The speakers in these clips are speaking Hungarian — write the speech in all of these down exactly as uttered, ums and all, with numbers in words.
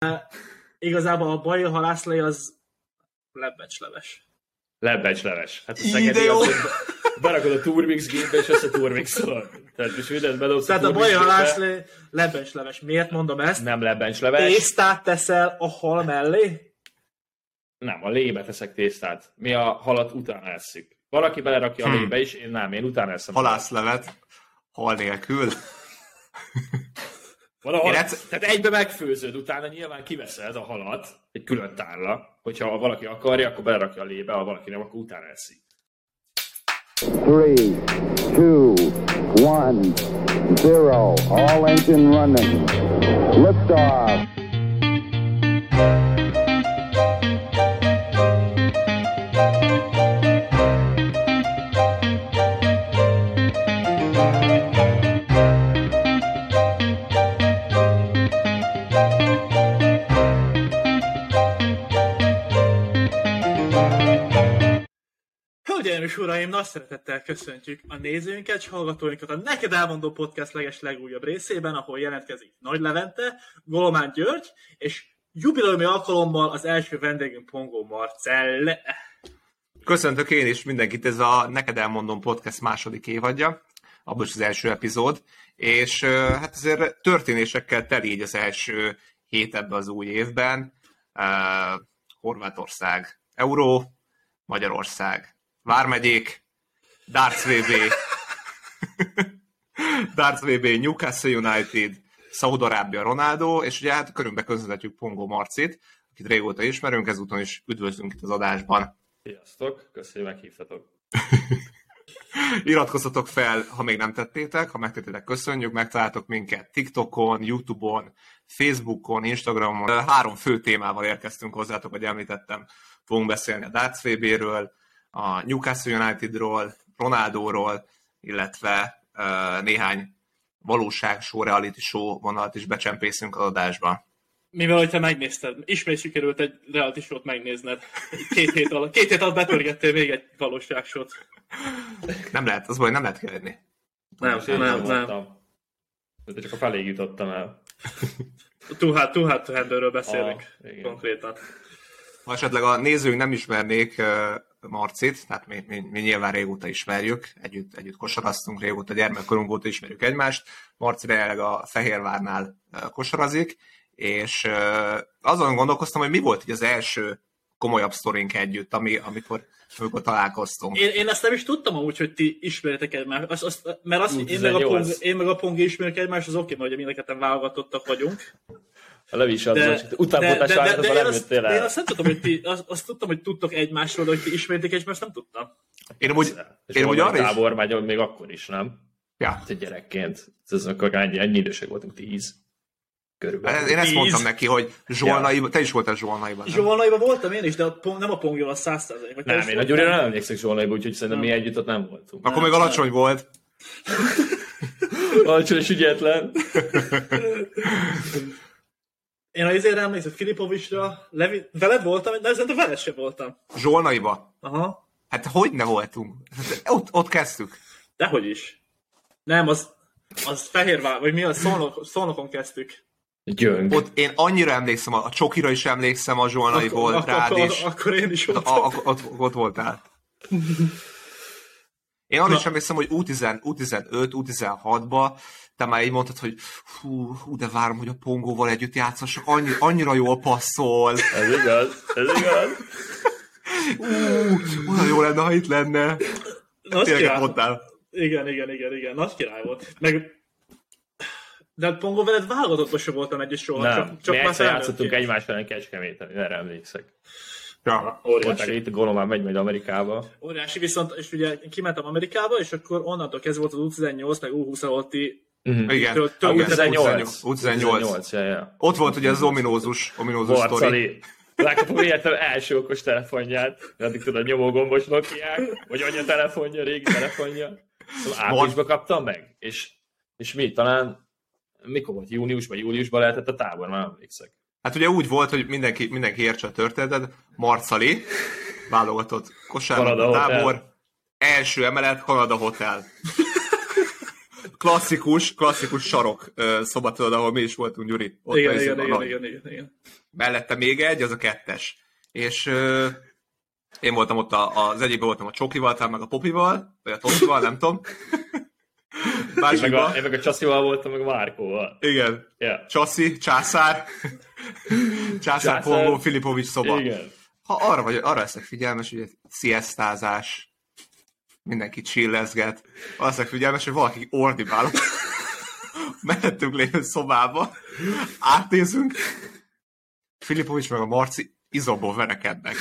Igazából a bajil halászlé az lebbeccsleves. Lebbeccsleves. Hát a szegedi az, hogy berakod a Turmix gépbe, és ezt a Turmix-szolod. Tehát és mindent bedobsz Tehát a bajil halászlé lebbeccsleves. Miért mondom ezt? Nem lebbeccsleves. Tésztát teszel a hal mellé? Nem, a lébe teszek tésztát. Mi a halat utána esszük. Valaki belerakja hmm. a lébe is, én nem, én utána eszem. Halászlevet, hal nélkül. Valahol, egyszer... Tehát egybe megfőzöd, utána nyilván kiveszed a halat egy külön tárla, hogyha valaki akarja, akkor belerakja a lébe, ha valaki nem, akkor utána eszi. three, two, one, zero. All engine running. Liftoff. Hölgyeim és uraim, nagy szeretettel köszöntjük a nézőinket és hallgatóinkat a Neked Elmondó Podcast leges legújabb részében, ahol jelentkezik Nagy Levente, Golomán György, és jubileumi alkalommal az első vendégünk Pongó Marcell. Köszöntök én is mindenkit, ez a Neked Elmondom Podcast második évadja, abban is az első epizód, és hát azért történésekkel teli így az első hét ebben az új évben. Uh, Horvátország, Euró, Magyarország, Vármegyék, Darts vé bé, Darts vé bé, Newcastle United, Szaúd-Arábia, Ronaldo, és ugye hát körünkbe közvetjük Pongó Marcit, akit régóta ismerünk, ezúton is üdvözlünk itt az adásban. Sziasztok, köszönöm, hogy meghívtatok. Iratkozzatok fel, ha még nem tettétek, ha megtettétek, köszönjük, megtaláltok minket TikTokon, YouTube-on, Facebookon, Instagramon. Három fő témával érkeztünk hozzátok, hogy említettem. Fogunk beszélni a Darts vé bé-ről, a Newcastle Unitedról, Ronaldóról, illetve uh, néhány valóság show, reality show vonalat is becsempészünk az adásba. Mivel, hogyha megnézted, ismét sikerült egy reality show-t megnézned. Két hét alatt, két hét alatt betörgettél még egy valóság show-t. Nem lehet, az baj, nem lehet kérni. Nem, nem, nem. nem. De csak a feléig jutottam el. Too hard, too hard to handle-ről beszélünk ah, konkrétan. Ha esetleg a nézőink nem ismernék uh, Marcit, tehát mi, mi, mi nyilván régóta ismerjük, együtt, együtt kosaraztunk, régóta gyermekkorunk óta ismerjük egymást. Marci jelenleg a Fehérvárnál uh, kosarazik, és uh, azon gondolkoztam, hogy mi volt így az első komolyabb sztorink együtt, ami, amikor, amikor találkoztunk. Én, én ezt nem is tudtam amúgy, hogy ti ismeritek egymást, azt, azt, mert azt, én, meg a Pong, én meg a Pongi ismerjük egymást, az oké, mert mind a ketten válogatottak vagyunk. A Levi is az, utánpótlás változva nem jöttél el. Én azt nem tudtam, hogy ti, azt, azt tudtam, hogy tudtok egymásról, de hogy ti ismeritek egymást, nem tudtam. Én amúgy, én amúgy arra is... Tábor már még akkor is, nem? Ja. Te gyerekként. Ez akkor ennyi, ennyi idősek voltunk, tíz. Körülbelül. Én ezt tíz. Mondtam neki, hogy Zsolnaiban, ja. Te is voltál Zsolnaiban. Zsolnaiban voltam én is, de a, nem a Pongról, a száz százalék. Nem, én a Gyurira nem emlékszek Zsolnaiban, úgyhogy szerintem mi együtt ott nem voltunk. Akkor még alacsony volt. Alacsony és ügyetlen. Én azért emlékszem Filipovicsra, Levi... veled voltam, de szerintem veled sem voltam. Zsolnaiba? Aha. Hát hogy ne voltunk? Hát ott, ott kezdtük. Dehogy is. Nem, az, az Fehérvár, vagy mi az, Szolnok, Szolnokon kezdtük. Gyöngy. Ott én annyira emlékszem, a Csokira is emlékszem, a Zsolnai Ak- volt, rád akkor, is. Akkor én is voltam. A, a, ott, ott voltál. Én arra is emlékszem, hogy U tizenöt, U tizenhatba te már így mondtad, hogy hú, hú, de várom, hogy a Pongóval együtt játszassak, annyi, annyira jól passzol. Ez igaz, ez igaz. Ú, olyan jó lenne, ha itt lenne. Tényleg mondtál. Igen, igen, igen, igen, nagy király volt. Meg... De Pongó veled válogatottban sem voltam egyes soha. Nem, csak, csak mi egyszer játszottunk egymás ellen Kecskeméten, erre emlékszek. Ja, óriási. Itt a Golomán megy majd Amerikába. Óriási, viszont és ugye kimentem Amerikába, és akkor onnantól kezdve volt az U tizennyolc, meg U húsz volt ti. Uh-huh. Igen, U tizennyolc. Ja, ja. Ott volt ugye az ominózus, ominózus sztori. Látkapom életem első okos telefonját, addig tudod nyomógombos Nokiák, vagy anya telefonja, régi telefonja. Szóval áprilisban kaptam meg, és, és mi talán, mikor volt, júniusban, júliusban lehetett a tábor, már emlékszek. Hát ugye úgy volt, hogy mindenki, mindenki értse a történetet, Marcali, válogatott kosárlabda tábor, első emelet, Kanada Hotel. klasszikus, klasszikus sarok uh, szoba, tudod, ahol mi is voltunk, Gyuri. Ott igen, igen, igen, igen, igen, igen. Mellette még egy, az a kettes. És uh, én voltam ott a, az egyikben voltam a Csokival, talán meg a Popival, vagy a Tossival, nem tudom. Én meg, a, én meg a Csasszival voltam, meg a Márkóval. Igen. Yeah. Csasszi, Császár, Császár Pongó, Filipovics szoba. Igen. Ha arra, vagy, arra leszek figyelmes, hogy egy sziasztázás, mindenki chillezget, arra leszek figyelmes, hogy valaki ordibál mellettünk lévő szobába, átnézünk, Filipovics meg a Marci izomból verekednek.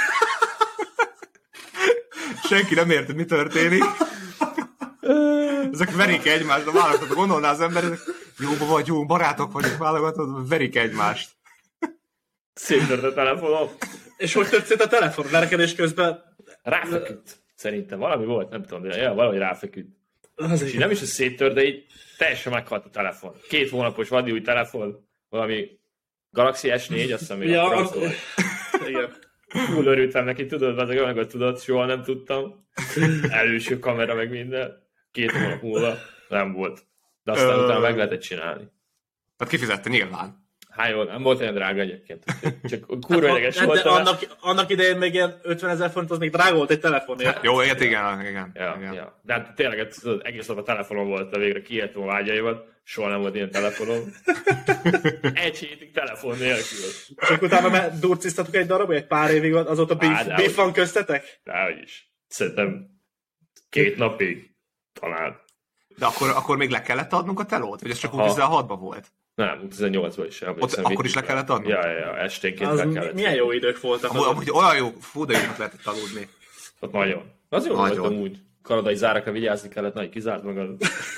Senki nem érti, mi történik. Ezek verik egymást, de válogatod, gondolná az ember, ezek jóba vagyunk, barátok vagyunk, válogatod, verik egymást. Széttört a telefonom. És hogy tört szét a telefon? Verekedés közben? Ráfeküdt. Szerintem valami volt, nem tudom, de ja, valahogy ráfeküdt. Az és így nem is, hogy széttört, de így teljesen meghalt a telefon. Két hónapos vadi új telefon, valami Galaxy es négy, azt hiszem, még ja, akkor az... az volt. Igen. Túl örültem neki, tudod, az a meg tudod, soha nem tudtam. Előső kamera, meg minden. Két hónap múlva nem volt. De aztán Ö... utána meg lehetett csinálni. Hát kifizette nyilván. Hát jó, nem volt olyan drága egyébként. Csak kurva ideges hát, volt. De annak, annak idején még ilyen ötvenezer forint, az még drága volt egy telefonért. Hát, jó, ilyet igen, igen. Ja, igen. Ja. De hát tényleg tudod, egész nap a telefonom volt, de végre kiértem a vágyaimat. Soha nem volt ilyen telefonom. Egy hétig telefon nélkül. És akkor utána durciztatok egy darab, egy pár évig azóta beef van köztetek? Dehogy is. Szerintem két napig talán. De akkor, akkor még le kellett adnunk a telót? Vagy ez csak úgy tizenhatban volt? Nem, tizennyolcban is. Ott akkor is le kellett adnunk? Ja, ja, ja, esténként az le kellett. Milyen jó idők voltak. Amúgy, amúgy olyan jó, fú, de jókat lehetett aludni. Ott nagyon. Az jó volt amúgy. Kanadai zárakra vigyázni kellett, nagy kizárt magad.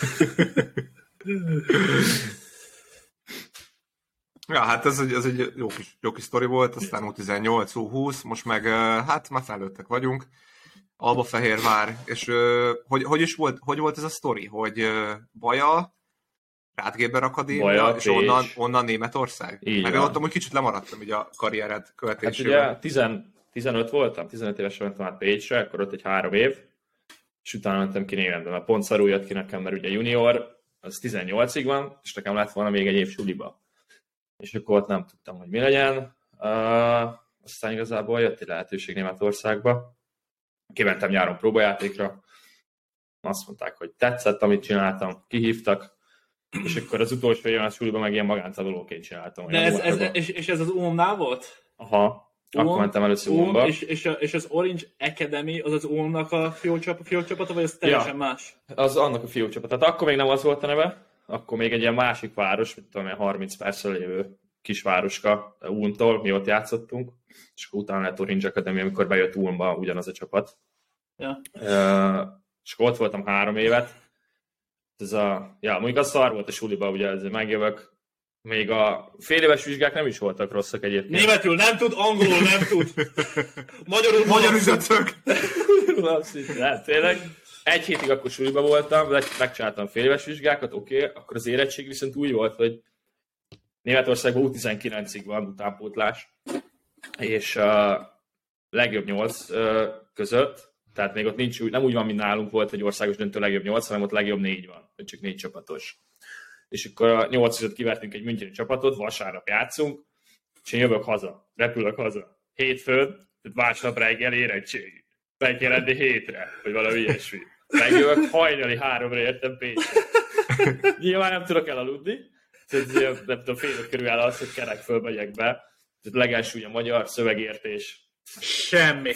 Ja, hát ez egy, ez egy jó, kis, jó kis sztori volt, aztán U tizennyolc, U húsz, most meg hát már felnőttek vagyunk. Albafehérvár, és uh, hogy, hogy is volt, hogy volt ez a sztori, hogy uh, Baja, Ráth-Géber Akadémia, Baja, és onnan, onnan Németország? Így Mert van. ott amúgy kicsit lemaradtam így a karriered követésével. Hát ugye tíz, tizenöt voltam, tizenöt évesen mentem át Pécsre, akkor ott egy három év, és utána mentem ki Németbe, mert pont szarul jött ki nekem, mert ugye junior, az tizennyolcig van, és nekem lett volna még egy év suliba. És akkor ott nem tudtam, hogy mi legyen. Uh, aztán igazából jött egy lehetőség Németországba. Kimentem nyáron próbajátékra, azt mondták, hogy tetszett, amit csináltam, kihívtak, és akkor az utolsó éven a suliban meg ilyen magántanulóként csináltam. De ez, ez, és, és ez az u em-nál volt? Aha, U M, akkor mentem először u em-ba. És, és, és az Orange Academy, az az u em-nak a fiócsapata, vagy az teljesen ja, más? Az annak a fiócsapata. Tehát akkor még nem az volt a neve, akkor még egy ilyen másik város, mint tudom, ilyen harminc perccel lévő kisvároska u em-tól, mi ott játszottunk, és akkor utána lett Orange Academy, amikor bejött u em-ba ugyanaz a csapat. Ja. Uh, és akkor ott voltam három évet. Ez a, ja, mondjuk az szar volt a suliba, ugye ezzel megjövök. Még a fél éves vizsgák nem is voltak rosszak egyébként. Németül nem tud, angolul nem tud. Magyarul magyar üzletök. Nem, tényleg. Egy hétig akkor suliba voltam, megcsináltam fél éves vizsgákat, oké, okay. Akkor az érettség viszont úgy volt, hogy Németországban U tizenkilencig van utánpótlás, és a uh, legjobb nyolc uh, között, tehát még ott nincs, nem úgy van, mint nálunk volt, hogy országos döntő legjobb nyolc, hanem ott legjobb négy van, vagy csak négy csapatos. És akkor a nyolc között kivertünk egy müncheni csapatot, vasárnap játszunk, és én jövök haza, repülök haza. Hétfőn, tehát másnap reggel érettség. Meg kell lenni hétre, vagy valami ilyesmi. Megjövök, hajnali háromra értem Pécsre. Nyilván nem tudok elaludni, tehát nem tudom, fél öt körül áll az, hogy kerek fölmegyek be. Tehát legelső ugye magyar szövegértés. Semmi.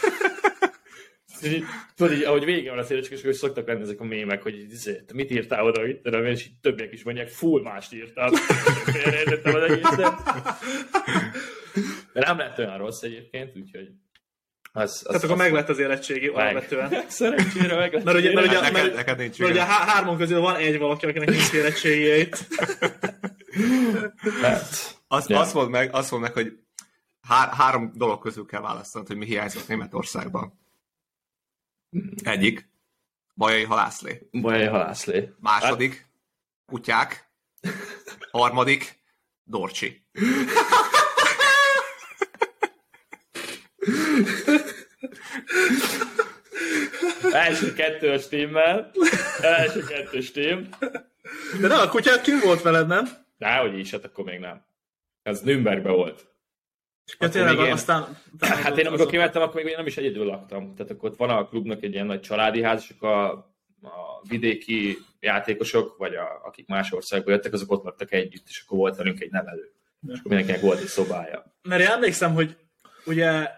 Tudod, így, ahogy vége van a szélecskés, hogy szoktak lenni ezek a mémek, hogy ezért, mit írtál oda, mit tudom, és így többiek is mondják, full mást írtam. Félreértettem az egészet. De nem lett olyan rossz egyébként, úgyhogy... Az, az, Tehát akkor meg lett az érettségi alapvetően. Szerencsére meg lett. Mert ugye, mert ugye, neked, mert, neked nincs, mert ugye há- hármon közül van egy valaki, akinek nincs érettségét. Hát, azt, ja. azt, mondd meg, azt mondd meg, hogy há- három dolog közül kell választanod, hogy mi hiányzott Németországban. Egyik, bajai halászlé. Bajai halászlé. Második, hát... kutyák. Harmadik, dorcsi. Első kettő a stimmel. Első kettős tím. De nem, a kutyát ki volt veled, nem? Dehogy is, hát akkor még nem. Ez Nürnbergben volt. Ja, tényleg, én... aztán... Hát én amikor kimentem, akkor még nem is egyedül laktam. Tehát akkor ott van a klubnak egy ilyen nagy családi ház, és akkor a, a vidéki játékosok, vagy a, akik más országból jöttek, azok ott laktak együtt, és akkor volt velünk egy nevelő. Ja. És akkor mindenkinek volt egy szobája. Mert én emlékszem, hogy ugye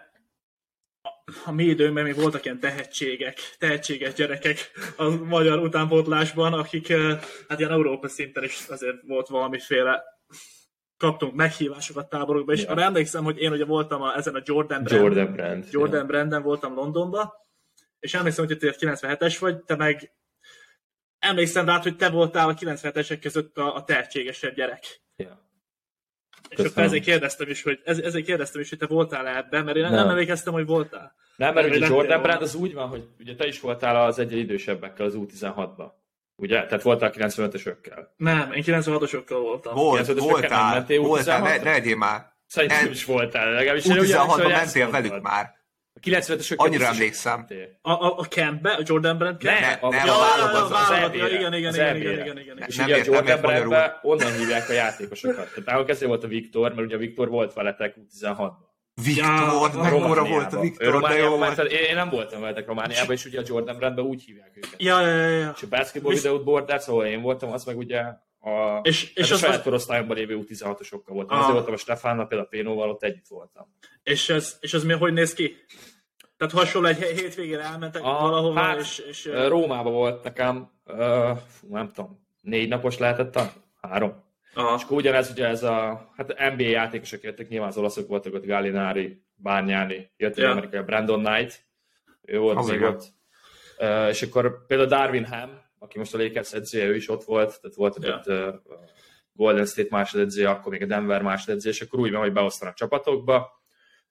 a mi időnkben még voltak ilyen tehetségek, tehetséges gyerekek a magyar utánpótlásban, akik hát ilyen Európa szinten is azért volt valamiféle, kaptunk meghívásokat táborokba, és ja. arra emlékszem, hogy én ugye voltam a, ezen a Jordan Brand, Jordan Brand, Jordan ja. Branden voltam Londonba, és emlékszem, hogy te kilencvenhetes vagy, te meg emlékszem rá, hogy te voltál a kilencvenhetesek között a, a tehetségesebb gyerek. Ja. És Köszönöm. Akkor ezért kérdeztem is, hogy, ezért kérdeztem is, hogy te voltál ebben, mert én nem, nem emlékeztem, hogy voltál. Nem, mert ugye Jordan Brand az úgy van, hogy ugye te is voltál az egyre idősebbekkel az U tizenhatban. Ugye? Tehát voltál kilencvenötösökkel. Nem, én kilencvenhatosokkal voltam. Volt, voltál, voltál, ne, ne legyél már. Szerintem en... is voltál. Legalábbis U tizenhatban mentél velük már. A kilencvenötösökkel annyira emlékszem. A, a, a campbe, a Jordan Brand campbe? Ne, a, nem, a válogatban. Igen, igen, igen, igen, igen. És ugye a Jordan Brandben onnan hívják a játékosokat. Tehát nálunk ezért volt a Viktor, mert ugye a Viktor volt veletek U tizenhatban. Viktor, mekkora volt a Viktor, Romániában, mert én nem voltam veletek Romániában, és ugye a Jordan Brandben úgy hívják őket. Ja, ja, ja. És a Basketball Without Borders, ahol én voltam, az meg ugye a, és, és a saját korosztályomban lévő U tizenhatosokkal voltam. Azért voltam a Stefánnal, például a Pénóval, ott együtt voltam. És ez, és ez mi, hogy néz ki? Tehát hasonló, egy hétvégére elmentek a, valahova, hát, és... és Rómában volt nekem, uh, nem tudom, négy napos lehetett, három. Aha. És akkor ugyanez, ugye ez a hát en bé á játékosok jöttek, nyilván az olaszok voltak ott, Gallinari, Bargnani, jött egy ja. amerikai Brandon Knight, ő volt az még ott. Uh, és akkor például Darvin Ham, aki most a Lakers edzője, ő is ott volt, tehát volt ja. ott uh, Golden State másodedzője, akkor még a Denver másodedzője, és akkor úgy van, hogy beosztanak csapatokba,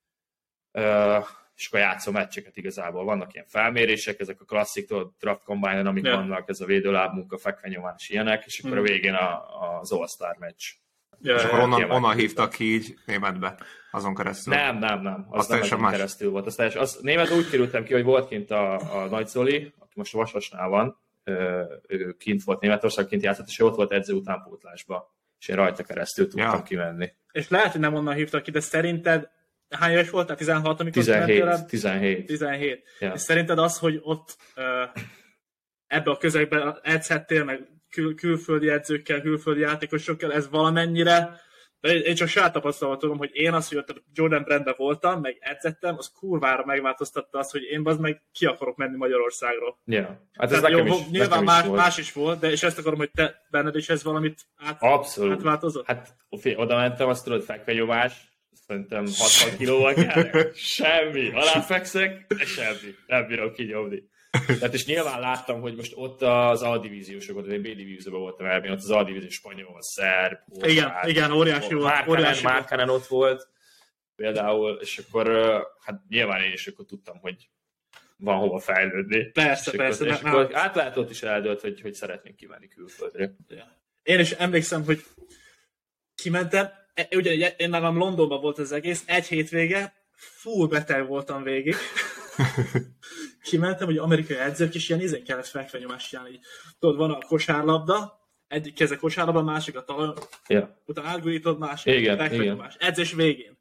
uh, és akkor játszom meccseket igazából. Vannak ilyen felmérések, ezek a klasszik draft combine-on, amik ja. vannak, ez a védőlábmunka, fekvenyomás, ilyenek, és akkor mm. a végén a, az All-Star meccs. Ja, és akkor onnan, onnan hívtak ki így németbe, azon keresztül? Nem, nem, nem. Az, az nem azon más. keresztül volt. Az teljesen, az, németbe úgy kerültem ki, hogy volt kint a, a Nagy Zoli, aki most a Vasasnál van, ő kint volt Németország, kint játszott, és ő ott volt edző utánpótlásban, és én rajta keresztül tudtam ja. kimenni. És lehet, hogy nem onnan hívtak ki, de szerinted hány éves voltál? tizenhat, amikor tizenhét. tizenhét. tizenhét. Ja. És szerinted az, hogy ott uh, ebbe a közegben edzhettél, meg kül- külföldi edzőkkel, külföldi játékosokkal, ez valamennyire, de én csak saját tapasztalatot tudom, hogy én az, hogy ott Jordan Brandben voltam, meg edzettem, az kurvára megváltoztatta azt, hogy én az meg ki akarok menni Magyarországról. Yeah. Hát ez nekem jó, is, nyilván nekem más, is volt. más is volt, de és ezt akarom, hogy te benned is ez valamit át, Abszolút. átváltozott? Hát oda mentem, azt tudod, fekvenyomás, szerintem hatvan kilóval kell. Semmi. Aláfekszek, de semmi. Nem bírom kinyomni. Tehát és nyilván láttam, hogy most ott az A-divíziósok, vagy B-divízióban voltam elmén, ott az A-divízió spanyol, szerb, horvát. Igen, igen, óriási volt. Óriási volt. Márkánen ott volt például, és akkor hát nyilván én is akkor tudtam, hogy van hova fejlődni. Persze, és persze. Akkor, és ne, akkor át lehet ott is eldőlt, hogy, hogy szeretnénk kimenni külföldre. Én is emlékszem, hogy kimentem, ugye én nálam Londonban volt az egész, egy hétvége, full beteg voltam végig. Kimentem, hogy amerikai edzők is ilyen izén kellett fekvenyomást csinálni. Tudod, van a kosárlabda, egyik keze kosárlabda, másik a talaj, yeah. utána átgurítod, másik igen, fekvenyomás. Edzés végén.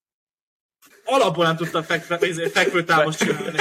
Alapból nem tudtam fekve, fekvőtámaszt csinálni.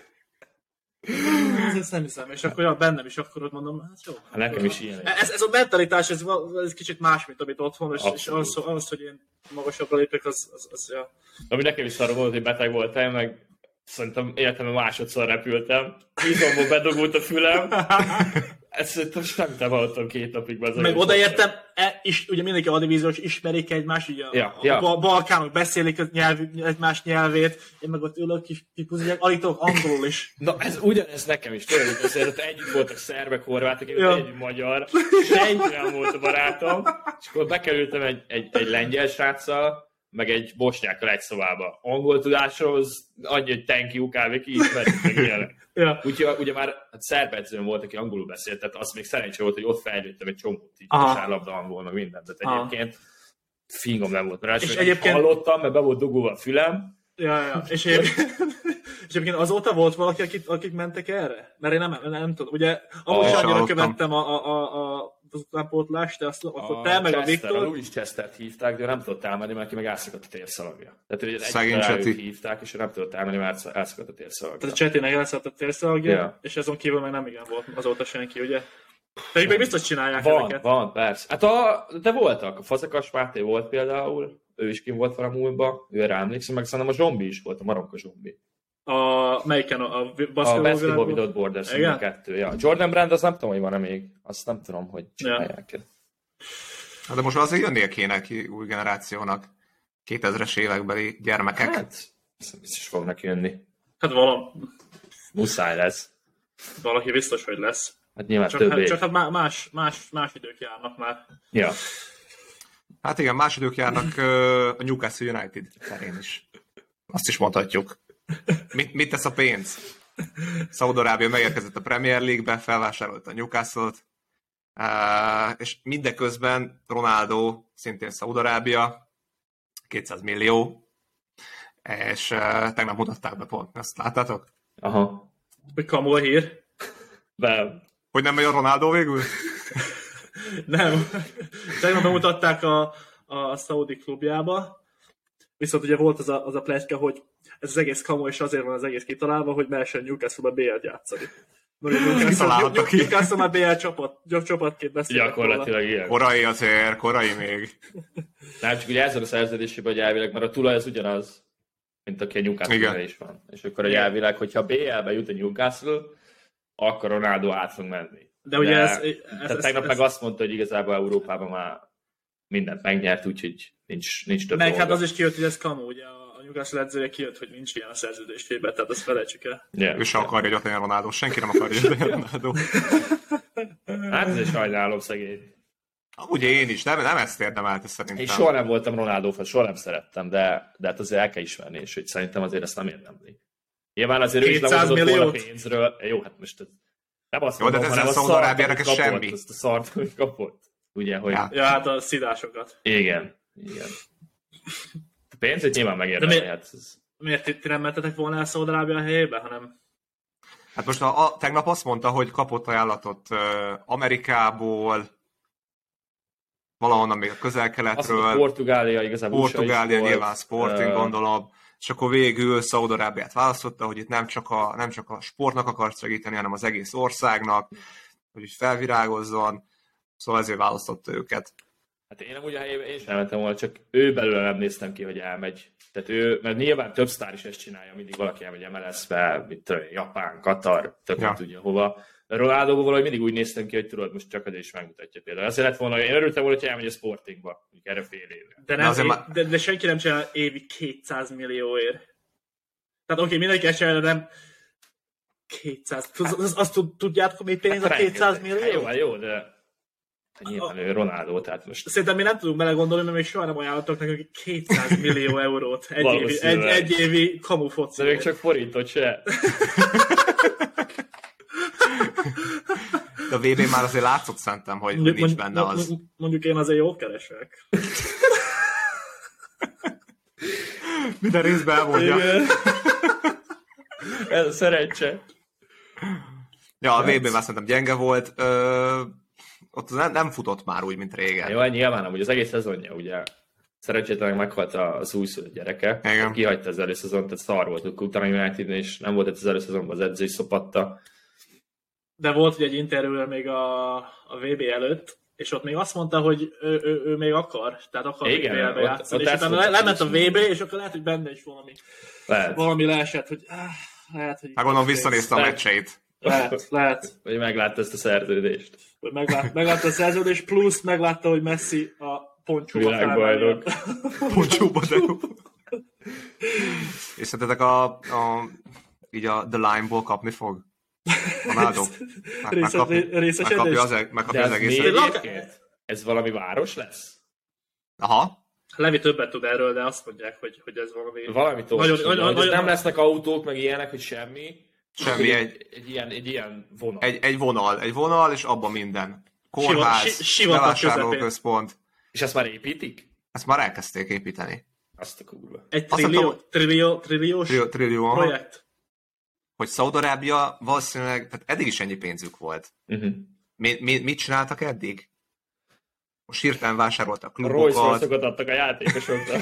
Ezt nem hiszem, és akkor ja, bennem is akkor ott mondom, hát jó. Hát nekem is ilyen. Ez, ez a mentalitás, ez, ez kicsit más, mint amit otthon, és, és az, az, hogy én magasabbra lépek, az, az, az ja. Ami nekem is szarra volt, hogy beteg voltam, meg szerintem életemben másodszor repültem. Izomból bedogult a fülem. Ezt most nem te hallottam két napig. Meg odaértem, e, is, ugye mindenki A-divíziós ismerik egymást, ugye ja, a, ja. a balkánok beszélik az nyelv, egymás nyelvét, én meg ott ülök kis pipuziak, alig tudok angolul is. Na ez ugyanez nekem is, tényleg, azért együtt voltak szerbek, horvátok, én ja. egy magyar, senki nem volt a barátom, és akkor bekerültem egy, egy, egy lengyel sráccal, meg egy bosnyákkal egy szobába. Angol tudáshoz annyi, hogy thank you, kb. Kiismerjük, meg ilyenek. Ja. Úgyhogy ugye már hát szerb edzőm volt, aki angolul beszélt, tehát az még szerencsé volt, hogy ott fejlődtem egy csomót, így kosárlabda angol, meg mindent, tehát egyébként fingom nem volt rá, és egyébként hallottam, mert be volt dugulva a fülem. Ja, ja. És, egyébként, És egyébként azóta volt valaki, akik, akik mentek erre? Mert én nem, nem, nem tudom. Ugye, amúgy A- sem annyira hallottam. követtem a, a, a, a az utánpótlást, de azt akkor te meg a Chester, Viktor. a Louis Chestert hívták, de ő nem tudott elmenni, mert ki meg elszakadt a térszalagja. Tehát ő Szegény egyik Cseti. hívták, és ő nem tudott elmenni, mert elsz- elszakadt a térszalagja. Tehát a Csetinek elszállt a térszalagja, Ja. és azon kívül meg nem igen volt azóta senki, ugye? Pedig még biztos csinálják Van, ezeket. van, persze. Hát a, de voltak, a Fazekas Máté volt például, ő is kim volt vele múltba, ő erre emlékszem, meg szerintem a Zsombi is volt, a Maronka Zsombi. A, melyiken a, a A basketball Basketball világban? Without Borders Igen? a kettő. Ja. Jordan Brand, az nem tudom, hogy van-e még. Azt nem tudom, hogy csinálják. Ja. Hát de most azért jönnél kéne ki új generációnak kétezres évekbeli gyermekek. Hát, biztos fognak jönni. Hát vala, Muszáj lesz. valaki biztos, hogy lesz. Hát nyilván Csak, több hát, év. csak hát má- más, más, más idők járnak már. Ja. Hát igen, más idők járnak ö, a Newcastle United terén is. Azt is mondhatjuk. Mit, mit tesz a pénz? Szaúd-Arábia megérkezett a Premier League-be, felvásárolta a Newcastle-t, uh, és mindeközben Ronaldo, szintén Szaúd-Arábia, kétszáz millió, és uh, tegnap mutatták be pont. Ezt láttátok? Aha. Hogy kamu a hír? De Hogy nem megy a Ronaldo végül? Nem. Tegnap bemutatták a, a Saudi klubjába, viszont ugye volt az a, az a pletyka, hogy ez az egész kamu, és azért van az egész kitalálva, hogy mehessen Newcastle-be bé el-t játszani. Mert a Newcastle, Kitalálta ki. Newcastle már bé el csapat, csapatként beszélnek róla. gyakorlatilag ilyen. Korai azért, korai még. Nem, csak ugye ezzel a szerződésében, hogy elvileg, mert a tulaj az ugyanaz, mint aki a Newcastle-re Igen. is van. És akkor egy Igen. elvileg, hogyha bé el-be jut a Newcastle, akkor Ronaldo át fog menni. De ugye ez... ez, Tehát ez, tegnap ez meg azt mondta, hogy igazából Európában már mindent megnyert, úgyhogy nincs, nincs több meg dolga. hát az is kijött, hogy ez kamu, ugye a Newcastle edzője kijött, hogy nincs ilyen a szerződésében, tehát azt felejtsük el. Yeah. Ő se akarja, hogy ott legyen Ronaldo. Senki nem akarja, hogy ott legyen Ronaldo. Hát ez is sajnálom szegény. Ugye én is, nem, nem ezt érdemelte szerintem. Én soha nem voltam Ronaldo fan, soha nem szerettem, de, de hát azért el kell ismerni, és hogy szerintem azért ezt nem érdemli. Nyilván azért ő is kétszáz lemozdott volna milliót? pénzről. Jó, hát most ez nem azt Jó, de mondom, ez hanem a a Szaúd-Arábiának szart, ez amit kapott, semmi. azt a szart, hogy kapott. Ugye, hogy... Ja. Ja, hát a szidásokat. Igen, igen. A pénzét nyilván megérdemli. De mi- Hát ez... Miért ti, ti nem mentetek volna el Szaúd-Arábia helyébe, hanem... Hát most a, a, tegnap azt mondta, hogy kapott ajánlatot uh, Amerikából, valahonnan még a Azt mondta, közel-keletről, Portugália igazából u es á is Portugália, volt. nyilván Sporting, Ö, gondolom, és akkor végül Szaúd-Arábiát választotta, hogy itt nem csak, a, nem csak a sportnak akart segíteni, hanem az egész országnak, hogy így felvirágozzon, szóval ezért választotta őket. Hát én amúgy a helyében én sem mentem volna, csak ő belőle nem néztem ki, hogy elmegy. Tehát ő, mert nyilván több sztár is ezt csinálja, mindig valaki elmegy em el es-be, mit tudom, én, Japán, Katar, tök Ja. ja. tudja hova. Ronaldo-ból valahogy mindig úgy néztem ki, hogy tudod, most csak az is megmutatja például. Azért lett volna, én örültem volna, hogy elmegy a Sportingba, mondjuk erre fél évre. De, De nem, azért de, már- de, de senki nem csinál évi kétszáz millióért. Tehát oké, okay, mindenki ezt csinálja, de nem kétszáz. Azt, azt, azt tud- tudjátok, mi pénz a kétszáz millió? Hát jó, hát jó, de hát nyilván ő Ronaldo, tehát most Szerintem mi nem tudunk belegondolni, mert még soha nem ajánlottak nekünk kétszáz millió eurót egy évi, egy, Valószínűleg. egy évi kamu foci. de még csak forintot se. De a vé bén már azért látszott szerintem, hogy, hogy nincs benne az. Mondjuk én azért jót keresek. Minden részben elmondja. Igen. Ez a szerencse. Ja, a vé bén már szerintem gyenge volt. Ö, ott nem, nem futott már úgy, mint régen. Jó, nyilván amúgy az egész szezonja, ugye szerencsétlenek meghalt az újszülött gyereke. Igen. Kihagyta az előszezon, tehát szar volt, akkor utána United és nem volt az előszezonban, az edző is szopatta. De volt ugye egy interjú még a, a vé bé előtt, és ott még azt mondta, hogy ő, ő, ő még akar, tehát akar Igen, vé bé-be ott- játszani, ott és ezt utána mondta, le, lement a hogy vé bé, és akkor lehet, hogy benne is valami, Lehet, valami leesett, hogy áh, lehet, hogy... Hát gondolom visszanézte a Lehet. meccseit. Lehet, lehet, hogy meglátta ezt a szerződést. hogy meglát, meglátta a szerződés, plusz meglátta, hogy Messi a poncsóba Világbajnok. Poncsóba, de jó. És szerintetek a, a, így a The Line-ból kapni fog? Ronaldo? Meg, Része- megkapja, részesedést? megkapja az, eg- De megkapja ez az egészet. miért Lak- egyébként? Ez valami város lesz? Aha. Levi többet tud erről, de azt mondják, hogy, hogy ez valami... Valami Nagyon- nagyon, nagyon- nagyon, nagyon- nem lesznek autók, meg ilyenek, hogy semmi. Semmi, egy, egy, egy, ilyen, egy ilyen vonal. egy, egy vonal, egy vonal, és abban minden. Kórház, Sivat- si- sivatag bevásárlóközpont. És ezt már építik? Ezt már elkezdték építeni. Azt a kurva. Egy Azt trillió, mondtam, trillió, trilliós Trillió, trillió aha. projekt. hogy Szaúd-Arábia valószínűleg, tehát eddig is ennyi pénzük volt. Uh-huh. Mi, mi, mit csináltak eddig? Most hirtelen vásároltak klubokat. Rolls-Royce-okat adtak a játékosoknak.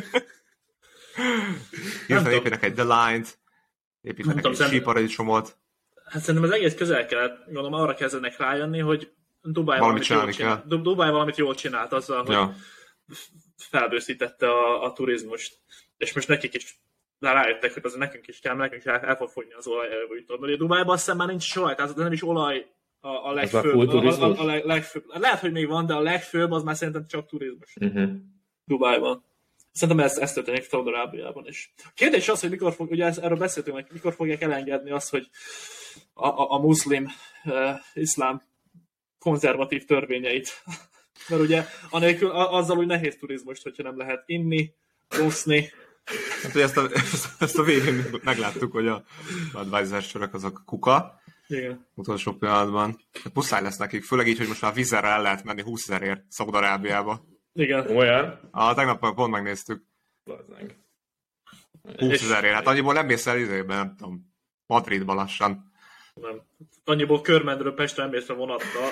Hirtelen építenek egy The Line-t, építenek egy síparadicsomot. Hát szerintem az egész közel-kelet, gondolom arra kezdenek rájönni, hogy Dubáj valamit, valamit jól csinált. Dubáj valamit jól csinált azzal, hogy Ja. felbőszítette a, a turizmust. És most nekik is rájöttek, hogy azért nekünk is kell, nekünk is el, el fog fogyni az olaj előbújtól. Mert Dubájban azt hiszem már nincs soha, tehát nem is olaj a, a legfőbb. A, a, a, a legfőbb. Lehet, hogy még van, de a legfőbb az már szerintem csak turizmus. Uh-huh. Dubájban. Szerintem ez, ez történik Szaúd-Arábiában is. A kérdés az, hogy mikor fog, ugye erről beszéltünk, hogy mikor fogják elengedni azt, hogy a, a, a muszlim, uh, iszlám konzervatív törvényeit. Mert ugye anélkül, azzal úgy nehéz turizmust, hogyha nem lehet inni, úszni. Hát, hogy ezt a, ezt a végén megláttuk, hogy a advisor sörök azok kuka. Igen. Utolsó pillanatban. Hát muszáj lesz nekik, főleg így, hogy most már vízerre el lehet menni húszezerért Szaúd-Arábiába. Igen. Olyan? Ah, tegnap pont megnéztük. húszezerért. Hát annyiból nem mész el izébe, nem tudom, Madridba lassan. Nem. Annyiból Körmendről Pestre nem mész fel vonattal.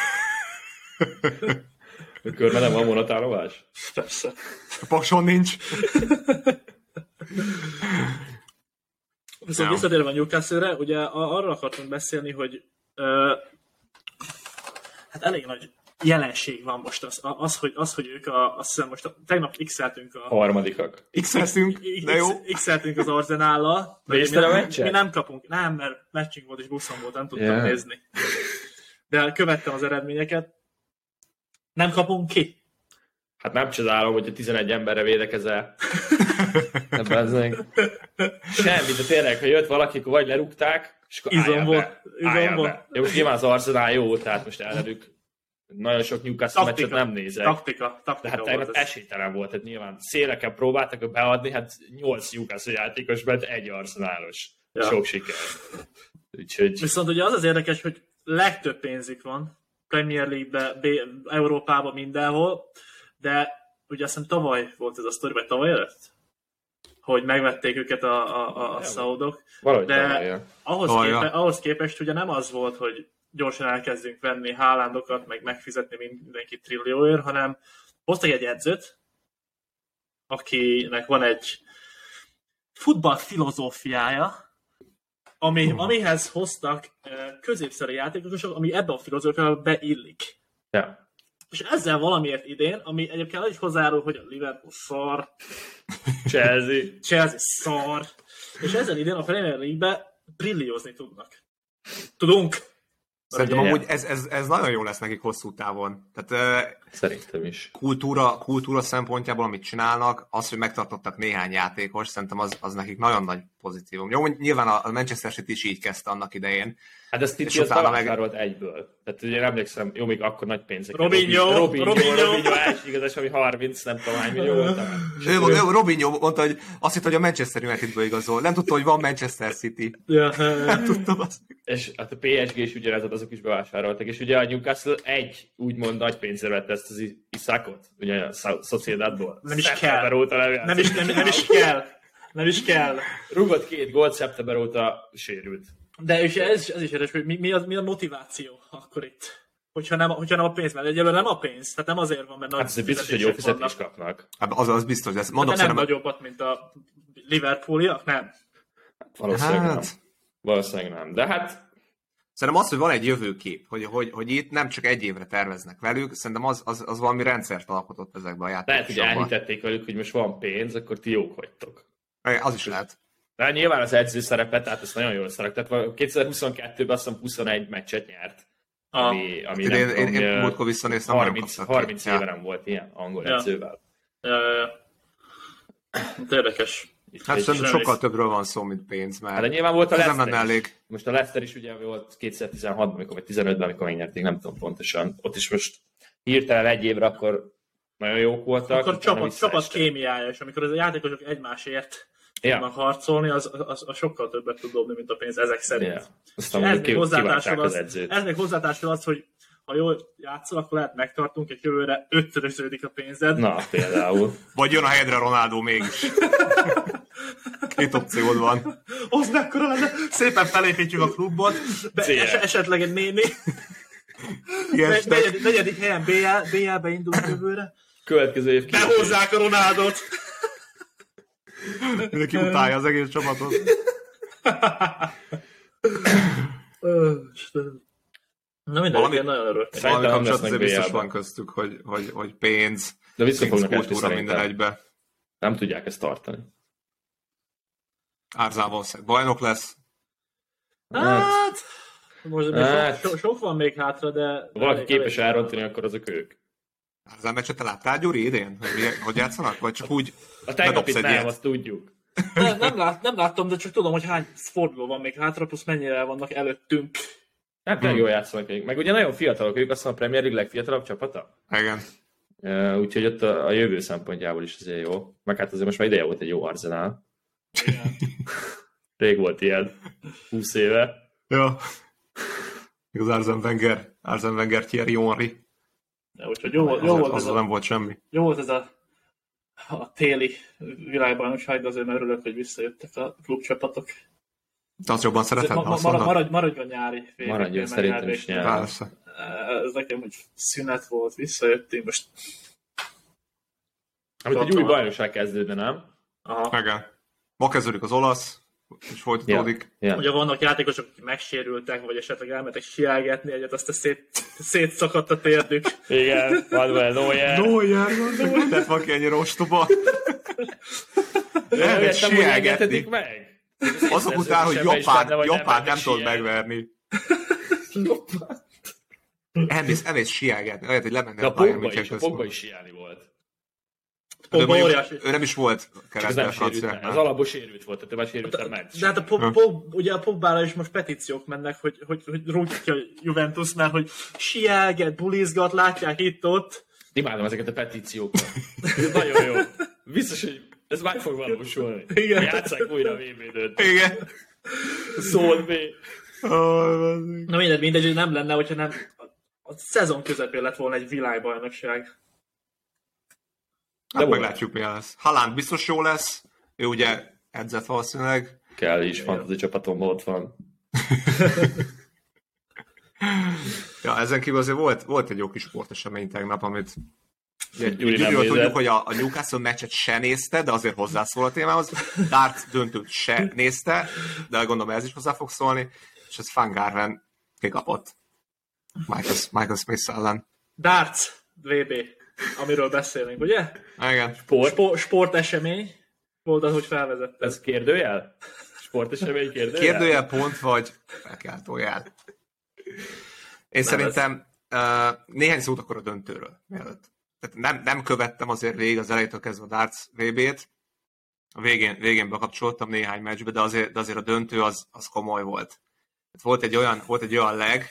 A körben nem van vonatállovás? Persze. A Pakson nincs. Viszont visszatérve a Newcastle-re, ugye arról akartunk beszélni, hogy uh, hát elég nagy jelenség van most az, az, hogy, az, hogy ők a, azt hiszem most a, tegnap x-eltünk a... Harmadikak. X-eltünk, de jó. X-eltünk az Arzenállal. Nézted a meccset? Mi nem kapunk, nem, mert meccsünk volt és buszon volt, nem tudtam yeah. nézni. De követtem az eredményeket. Nem kapunk ki. Hát nem csodálom, hogy a tizenegy emberre védekezel. Semmi, de tényleg, ha jött valaki, akkor vagy lerúgták, és akkor Izom álljál volt. be. Izom Álljál volt. be. Jó, most nyilván az Arsenal jó, tehát most ellenük nagyon sok Newcastle meccset nem nézek. Taktika, taktika de hát volt tegnap ez. esélytelen volt, tehát nyilván széleken próbáltak beadni, hát nyolc Newcastle játékos, mert egy Arsenalos. Ja. Sok siker. Úgyhogy... Viszont ugye az az érdekes, hogy legtöbb pénzük van Premier League-be, B- Európában, mindenhol, de ugye azt hiszem tavaly volt ez a sztori, vagy tavaly előtt? Hogy megvették őket a, a, a, a szaudok. De ahhoz, oh, képe, ja. ahhoz képest ugye nem az volt, hogy gyorsan elkezdünk venni Haalandokat, meg megfizetni mindenki trillióért, hanem hoztak egy edzőt, akinek van egy futball filozófiája, ami, amihez hoztak középszerű játékosok, ami ebben a filozófiában beillik. Ja. És ezzel valamiért idén, ami egyébként az is hozzárul, hogy a Liverpool szar, Chelsea. Chelsea szar, és ezen idén a Premier League-be brilliózni tudnak. Tudunk. Szerintem amúgy ez, ez, ez nagyon jó lesz nekik hosszú távon. Tehát, szerintem is. Kultúra, kultúra szempontjából, amit csinálnak, az, hogy megtartottak néhány játékos, szerintem az, az nekik nagyon nagy pozitívum. Jó, nyilván a Manchester City is így kezdte annak idején. Hát ez City az bevásárolt meg... egyből. Tehát ugye emlékszem, jó, még akkor nagy pénzek. Robinho, Robinho, Robinho, Robinho első igazás, ami harminc, nem tudom hány millió volt. Ő, ő, Robinho mondta, hogy azt hitt, hogy a Manchester Unitedből igazol. Nem tudta, hogy van Manchester City. Ja, nem tudtam azt. És hát a pé es gé is ugyanez, azok is bevásároltak. És ugye a Newcastle egy úgymond nagy pénzre vett ezt az Iszákot, ugye a Sociedadból. Nem is kell. Óta nem, is, nem, nem is kell. Nem is kell. Rúgott két gólt, szeptember óta sérült. De és ez, ez is érdekes, hogy mi, mi, a, mi a motiváció akkor itt? Hogyha nem, hogyha nem a pénz, mert egyelőre nem a pénz, tehát nem azért van, mert hát nagy biztos, hogy jó fizetést kapnak. Hát az, az biztos, de ezt mondom, de nem szerintem... nagyobbat, mint a Liverpooliak, nem? Valószínűleg hát... nem. Valószínűleg nem, de hát... Szerintem az, hogy van egy jövőkép, hogy, hogy, hogy itt nem csak egy évre terveznek velük, szerintem az, az, az valami rendszert alkotott ezekbe a játékosokban. Lehet, hogy elhitették velük, hogy most van pénz, akkor ti jók vagytok. Az is lehet. De nyilván az edző szerepet, tehát ezt nagyon jól szerek. Tehát kétezer-huszonkettőben azt hiszem huszonegy meccset nyert. Ami, ami én, nem én, tudom, én múltkor visszanéztem, harminc, harminc éve nem volt ilyen angol ja. edzővel. Ja, ja, ja. Érdekes. Hát szerintem sokkal is. Többről van szó, mint pénz, mert hát de nyilván volt a Leicester elég. Most a Leicester is ugye volt kétezer-tizenhatban, amikor, vagy tizenötben, amikor megnyerték, nem tudom pontosan. Ott is most hirtelen egy évre akkor nagyon jók voltak. Akkor csapat, csapat kémiája, és amikor az a játékosok egymásért ja. tudnak harcolni, az, az, az sokkal többet tud dobni, mint a pénz ezek szerint. Ja. Aztán ez, még hozzátársul az, az, ez még hozzátársul az, hogy ha jól játszol, akkor lehet megtartunk, és jövőre ötszörösödik a pénzed. Na, például. Vagy jön a helyedre Ronaldo mégis. Két opciód van. Az mekkora lenne. Szépen felépítjük a klubot. Be, es, esetleg egy néni. Ne, negyedik, negyedik helyen bé el-be indulunk jövőre. Következő év kívül. Behozzák a Ronaldot. Mindenki utálja az egész csapatot. Na mindenki nagyon örülök. Valami kapcsolat azért biztos van köztük, hogy, hogy, hogy pénz, de vissza fognak esni kultúra minden egybe. Nem tudják ezt tartani. Árzán valószínűleg bajnok lesz. Hát... Most hát, sok, sok van még hátra, de... Ha valaki képes elrontani, akkor azok ők. Árzán meccset te láttál, Gyuri, idén? Hogy, hogy játszanak? Vagy csak úgy a tegnapit nem, azt tudjuk. Nem, nem, lát, nem láttam, de csak tudom, hogy hány forduló van még hátra, plusz mennyire vannak előttünk. Nem, tényleg jól játszanak. Meg ugye nagyon fiatalok, ők azt mondom, a Premier League legfiatalabb csapata. Igen. Uh, úgyhogy ott a, a jövő szempontjából is azért jó. Meg hát azért most már ideje volt egy jó Arsenal. Rég volt ilyen. húsz éve. Ja. Igaz, Arsene Wenger, Arsene Wenger, Thierry Henry. Ja, úgyhogy jó, jó, volt ez a, nem volt semmi. Jó volt ez a, a téli világbajnokság, de azért már örülök, hogy visszajöttek a klubcsapatok. Te azt jobban szereted? Ma, ma, marad, maradj, maradjon nyári. Maradjon, szerintem is nyári. Persze. Ez nekem úgy szünet volt, visszajöttünk most. Amit egy új bajnokság kezdődne, nem? Aha. Igen. Ma kezdődik az olasz, és folytatódik. Yeah. Yeah. Ugye vannak játékosok, akik megsérültek, vagy esetleg elmentek sielgetni egyet, aztán szét, szétszakadt a térdük. Igen, van vele Neuer. Neuer, van, tehát van ki ennyi rostoba. Elmegy sielgetni. Meg? Azok után, hogy Japán, Japán nem tudod megverni. Elmész, elmész sielgetni, olyan, hogy lemenne a pályán, mint csak Pogba is sielni volt. Pogba óriási. Ő nem is volt keretben franciáknál. Az alapból sérült volt, tehát ő már sérült a meccs. De hát a Pog, Pog, ugye a Pogbára is most petíciók mennek, hogy, hogy, hogy rúgjuk ki a Juventus, mert hogy sielget, bulizgat, látják itt-ott. Imádom ezeket a petíciókat. Ez nagyon jó. Biztos, hogy ez meg fog valósulni. Igen. Játsszák újra a vé bé döntőt. Igen. Szól bé. Na mindegy, mindegy, hogy nem lenne, hogyha nem a szezon közepén lett volna egy világbajnokság. De hát meglátjuk, mi lesz. Haaland biztos jó lesz. Ő ugye edzett valószínűleg. Kell is, fantasy csapatomban ott van. Ja, ezen kívül azért volt, volt egy jó kis sportesemény tegnap, amit Gyuriról tudjuk, hogy a, a Newcastle meccset se nézte, de azért hozzászól a témához. Darts döntőt se nézte, de gondolom ez is hozzá fog szólni, és ez Van Garven kikapott Michael, Michael Smith ellen. Darts vé bé, amiről beszélünk, ugye? Igen. Sport. Sport, sportesemény volt az, hogy felvezette. Ez kérdőjel? Sportesemény kérdőjel? Kérdőjel pont, vagy felkiáltójel. Én nem szerintem uh, néhány szót akkor a döntőről mielőtt. Tehát nem, nem követtem azért végig az elejétől kezdve a Darts vé bét. A végén, végén bekapcsoltam néhány meccsbe, de azért, de azért a döntő az, az komoly volt. Tehát volt egy olyan, volt egy olyan leg.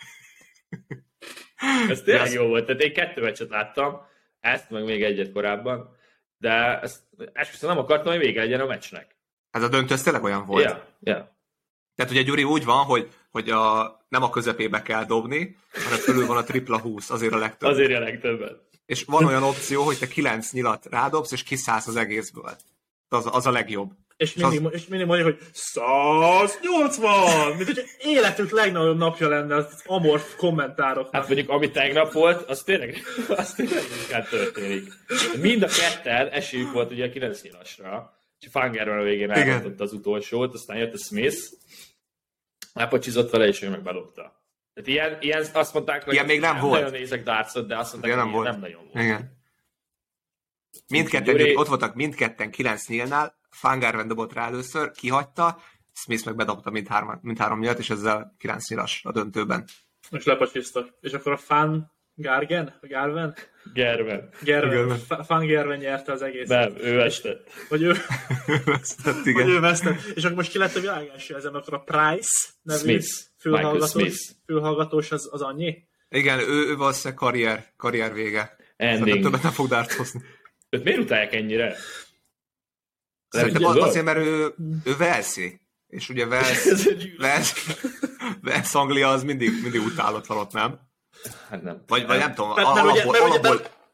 Ez tényleg ez... jó volt. Tehát én kettő meccset láttam, ezt meg még egyet korábban, de ezt esküszöm nem akartam, hogy vége legyen a meccsnek. Hát a döntő ez tényleg olyan volt. Ja, ja. Tehát ugye Gyuri úgy van, hogy, hogy a, nem a közepébe kell dobni, hanem fölül van a tripla húsz, azért a legtöbb. Azért a legtöbbet. És van olyan opció, hogy te kilenc nyilat rádobsz, és kiszállsz az egészből. Az, az a legjobb. És mindig, az... és mindig mondja, hogy száznyolcvan! Mint hogy életük legnagyobb napja lenne az amorf kommentároknak. Hát mondjuk, ami tegnap volt, az tényleg, az tényleg inkább történik. Mind a ketten esélyük volt ugye a kilenc nyilasra, és a Fangerben a végén elrontotta az utolsót, aztán jött a Smith, elpacsizott vele, és ő meg bedobta. Tehát ilyen, ilyen azt mondták, hogy ilyen még nem, nem volt. Nagyon nézek dartsot, de azt mondták, ilyen hogy nem, nem nagyon volt. Igen. Mindketten, Gyuri... ott voltak mindketten kilenc nyílnál, Fangerben dobott rá először, kihagyta, Smith meg bedobta mindhárom, mindhárom nyilat, és ezzel kilenc nyilas a döntőben. És lepacsisztak. És akkor a Fan Gargen? Garven? Gerven. Gerven. Fan Gerven nyerte az egész. Nem, ő vesztett. Vagy ő vesztett, igen. Vagy ő vesztett. És akkor most ki lett a világ első ezen, akkor a Price nevű Smith. fülhallgatós, fülhallgatós az, az annyi? Igen, ő, ő valószínűleg karrier, karrier vége. Ending. Többet nem fog dartozni. Őt miért utálják ennyire? Szerintem az, azért, mert ő, ő Velszi. És ugye Vels, Vels, Vels Anglia az mindig, mindig utálott van ott, nem? Hát nem. Vagy, vagy nem tudom, mert, mert alapból, ugye, mert alapból, ugye,